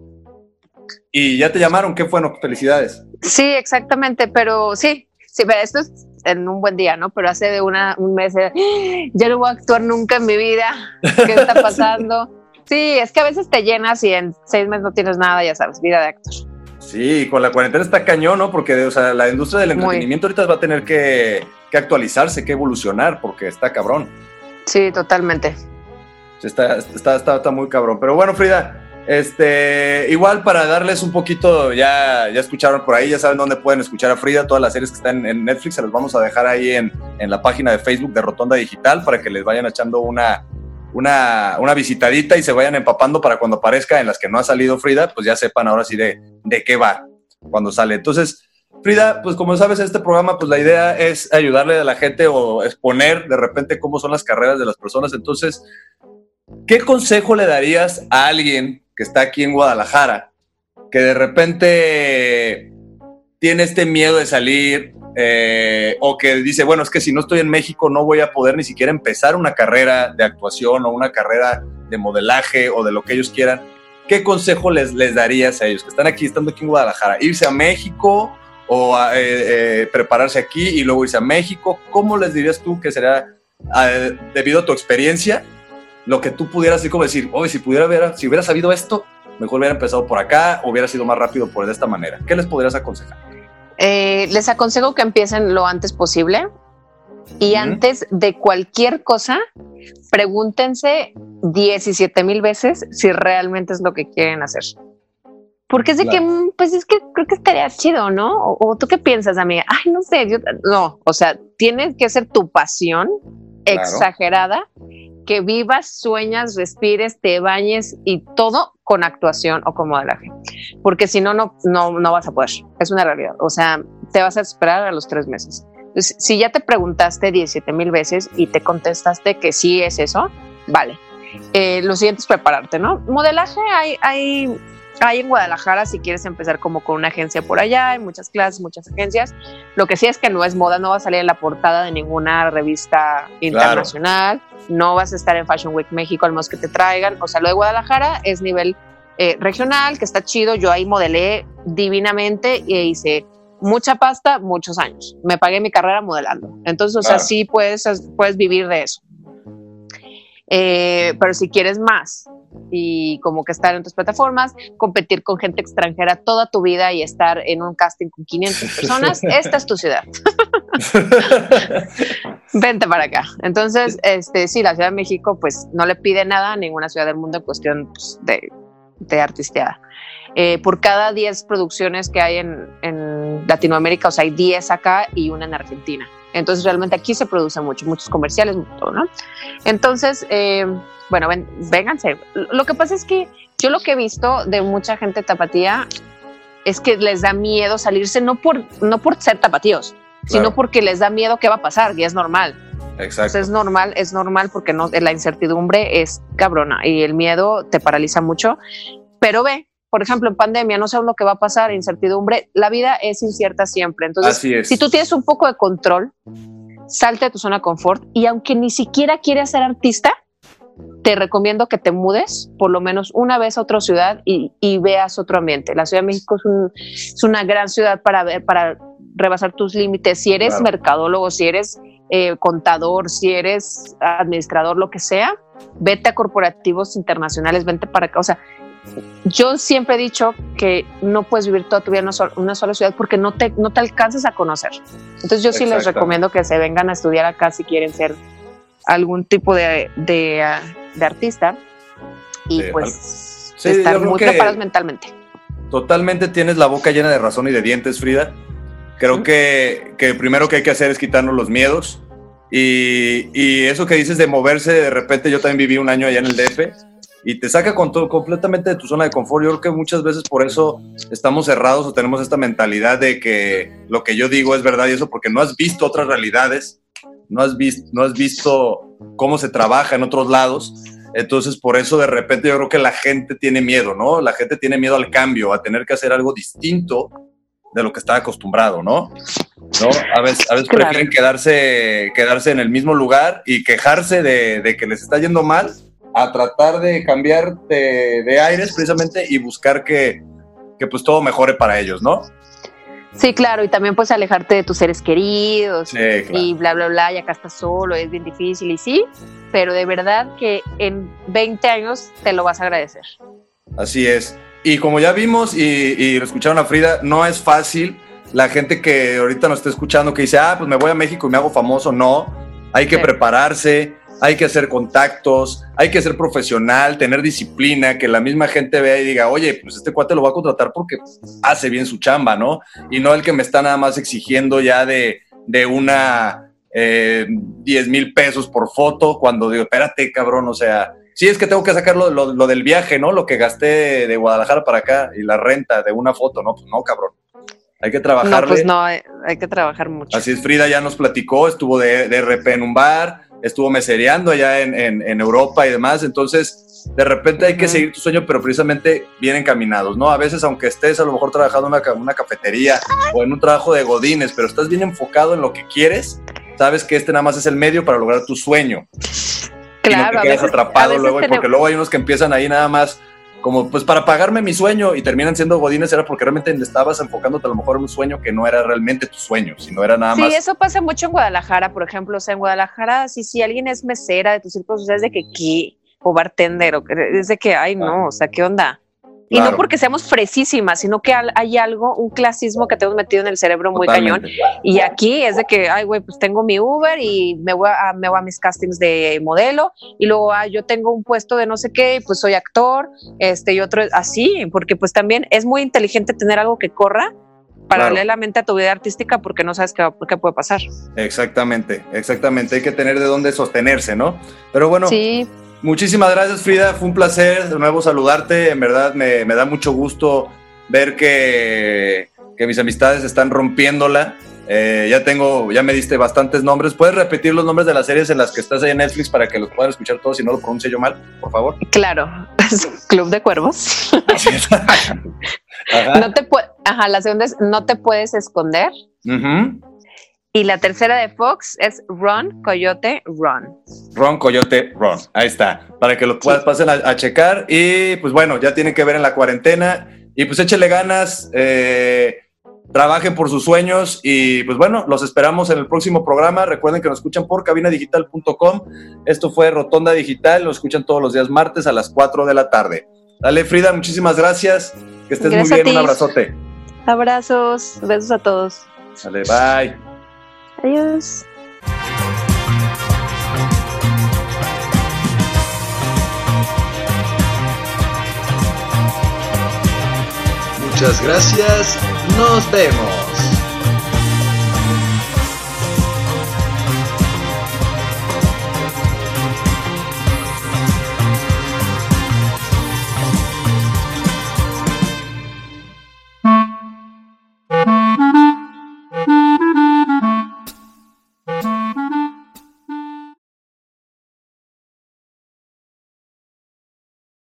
Speaker 2: Y ya te llamaron, qué bueno, felicidades.
Speaker 3: Sí, exactamente, pero sí, esto es en un buen día, ¿no? Pero hace un mes, ya no voy a actuar nunca en mi vida, ¿qué está pasando? Sí, es que a veces te llenas y en 6 meses no tienes nada, ya sabes, vida de actor.
Speaker 2: Sí, con la cuarentena está cañón, ¿no? Porque, o sea, la industria del entretenimiento ahorita va a tener que actualizarse, que evolucionar, porque está cabrón.
Speaker 3: Sí, totalmente.
Speaker 2: Está muy cabrón. Pero bueno, Frida, igual para darles un poquito, ya escucharon por ahí, ya saben dónde pueden escuchar a Frida, todas las series que están en Netflix, se las vamos a dejar ahí en la página de Facebook de Rotonda Digital para que les vayan echando una visitadita y se vayan empapando para cuando aparezca en las que no ha salido Frida, pues ya sepan ahora sí de qué va cuando sale. Entonces, Frida, pues como sabes, este programa, pues la idea es ayudarle a la gente o exponer de repente cómo son las carreras de las personas. Entonces, ¿qué consejo le darías a alguien que está aquí en Guadalajara, que de repente tiene este miedo de salir o que dice, bueno, es que si no estoy en México no voy a poder ni siquiera empezar una carrera de actuación o una carrera de modelaje o de lo que ellos quieran? ¿Qué consejo les darías a ellos que están aquí, estando aquí en Guadalajara? ¿Irse a México o prepararse aquí y luego irse a México? ¿Cómo les dirías tú que sería, debido a tu experiencia, lo que tú pudieras así como decir, oye, si hubiera sabido esto, mejor hubiera empezado por acá o hubiera sido más rápido por de esta manera? ¿Qué les podrías aconsejar?
Speaker 3: Les aconsejo que empiecen lo antes posible y antes de cualquier cosa, pregúntense 17,000 veces si realmente es lo que quieren hacer. Porque es de que, pues es que creo que estaría chido, ¿no? O tú qué piensas, amiga. Ay, no sé, no, o sea, tienes que ser tu pasión exagerada, que vivas, sueñas, respires, te bañes y todo con actuación o con modelaje. Porque si no vas a poder. Es una realidad. O sea, te vas a esperar a los 3 meses. Entonces, si ya te preguntaste 17,000 veces y te contestaste que sí es eso, vale. Lo siguiente es prepararte, ¿no? Modelaje hay en Guadalajara, si quieres empezar como con una agencia por allá, hay muchas clases, muchas agencias. Lo que sí es que no es moda, no va a salir en la portada de ninguna revista internacional, no vas a estar en Fashion Week México, al menos que te traigan. O sea, lo de Guadalajara es nivel regional, que está chido. Yo ahí modelé divinamente e hice mucha pasta, muchos años. Me pagué mi carrera modelando. Entonces, o sea, sí puedes vivir de eso. Pero si quieres más y como que estar en tus plataformas, competir con gente extranjera toda tu vida y estar en un casting con 500 personas, esta es tu ciudad. Vente para acá. Entonces, sí, la Ciudad de México pues no le pide nada a ninguna ciudad del mundo en cuestión pues, de artisteada. Por cada 10 producciones que hay en Latinoamérica, o sea, hay 10 acá y una en Argentina. Entonces, realmente aquí se produce muchos comerciales, todo, ¿no? Entonces, bueno, vénganse. Lo que pasa es que yo lo que he visto de mucha gente tapatía es que les da miedo salirse, no por ser tapatíos, sino porque les da miedo qué va a pasar, y es normal.
Speaker 2: Exacto.
Speaker 3: Entonces es normal porque la incertidumbre es cabrona y el miedo te paraliza mucho. Pero por ejemplo, en pandemia no sabes lo que va a pasar, incertidumbre, la vida es incierta siempre. Entonces, si tú tienes un poco de control, salte de tu zona de confort y aunque ni siquiera quieras ser artista, te recomiendo que te mudes por lo menos una vez a otra ciudad y veas otro ambiente. La Ciudad de México es una gran ciudad para rebasar tus límites. Si eres mercadólogo, si eres contador, si eres administrador, lo que sea, vete a corporativos internacionales, vente para acá. O sea, yo siempre he dicho que no puedes vivir toda tu vida en una sola ciudad porque no te alcanzas a conocer. Entonces yo sí les recomiendo que se vengan a estudiar acá si quieren ser algún tipo de artista y pues estar muy preparados mentalmente.
Speaker 2: Totalmente tienes la boca llena de razón y de dientes, Frida. Creo que primero que hay que hacer es quitarnos los miedos y eso que dices de moverse, de repente yo también viví un año allá en el DF y te saca completamente de tu zona de confort. Yo creo que muchas veces por eso estamos cerrados o tenemos esta mentalidad de que lo que yo digo es verdad y eso porque no has visto otras realidades, no has visto cómo se trabaja en otros lados. Entonces por eso de repente yo creo que la gente tiene miedo, ¿no? La gente tiene miedo al cambio, a tener que hacer algo distinto de lo que está acostumbrado, ¿no? A veces prefieren quedarse en el mismo lugar y quejarse de que les está yendo mal, a tratar de cambiar de aires precisamente y buscar que pues todo mejore para ellos, ¿no?
Speaker 3: Sí, claro, y también pues alejarte de tus seres queridos y bla, bla, bla, y acá estás solo, es bien difícil y sí, pero de verdad que en 20 años te lo vas a agradecer.
Speaker 2: Así es. Y como ya vimos y escucharon a Frida, no es fácil. La gente que ahorita nos está escuchando que dice, pues me voy a México y me hago famoso, no. Hay que prepararse, hay que hacer contactos, hay que ser profesional, tener disciplina, que la misma gente vea y diga, oye, pues este cuate lo va a contratar porque hace bien su chamba, ¿no? Y no el que me está nada más exigiendo ya de una 10,000 pesos por foto, cuando digo, espérate, cabrón, o sea, sí es que tengo que sacar lo del viaje, ¿no? Lo que gasté de Guadalajara para acá y la renta de una foto, ¿no? Pues no, cabrón. Hay que trabajarle.
Speaker 3: No, pues no, hay que trabajar mucho.
Speaker 2: Así es, Frida ya nos platicó, estuvo de RP en un bar, estuvo mesereando allá en Europa y demás, entonces de repente hay que seguir tu sueño, pero precisamente bien encaminados, ¿no? A veces, aunque estés a lo mejor trabajando en una cafetería o en un trabajo de godines, pero estás bien enfocado en lo que quieres, sabes que nada más es el medio para lograr tu sueño.
Speaker 3: Claro,
Speaker 2: y no te quedas atrapado luego, porque luego hay unos que empiezan ahí nada más como pues para pagarme mi sueño y terminan siendo godines, era porque realmente estabas enfocándote a lo mejor en un sueño que no era realmente tu sueño, sino era nada más.
Speaker 3: Sí, eso pasa mucho en Guadalajara, por ejemplo. O sea, en Guadalajara, si alguien es mesera de tus círculos sociales, de que ¿qué? O bartender, o es de que, ay, no, o sea, ¿qué onda? Y no porque seamos fresísimas, sino que hay algo, un clasismo que tenemos metido en el cerebro muy cañón. Y aquí es de que, ay, güey, pues tengo mi Uber y me voy a mis castings de modelo y luego yo tengo un puesto de no sé qué, pues soy actor, y otro así, porque pues también es muy inteligente tener algo que corra paralelamente a tu vida artística porque no sabes qué puede pasar.
Speaker 2: Exactamente, hay que tener de dónde sostenerse, ¿no? Pero bueno.
Speaker 3: Sí.
Speaker 2: Muchísimas gracias, Frida, fue un placer de nuevo saludarte, en verdad me da mucho gusto ver que mis amistades están rompiéndola, ya me diste bastantes nombres. ¿Puedes repetir los nombres de las series en las que estás ahí en Netflix para que los puedan escuchar todos y no lo pronuncie yo mal, por favor?
Speaker 3: Claro, Club de Cuervos. La segunda es No te puedes esconder. Y la tercera de Fox es Run, Coyote, Run.
Speaker 2: Run, Coyote, Run. Ahí está. Para que lo pasen a checar. Y pues bueno, ya tienen que ver en la cuarentena. Y pues échele ganas. trabajen por sus sueños y pues bueno, los esperamos en el próximo programa. Recuerden que nos escuchan por cabinadigital.com. Esto fue Rotonda Digital, nos escuchan todos los días martes a las 4 de la tarde. Dale, Frida, muchísimas gracias, que estés
Speaker 3: Gracias
Speaker 2: muy bien,
Speaker 3: a ti.
Speaker 2: un abrazote.
Speaker 3: Abrazos, besos a todos.
Speaker 2: Dale, bye.
Speaker 3: Adiós.
Speaker 1: Muchas gracias, nos vemos.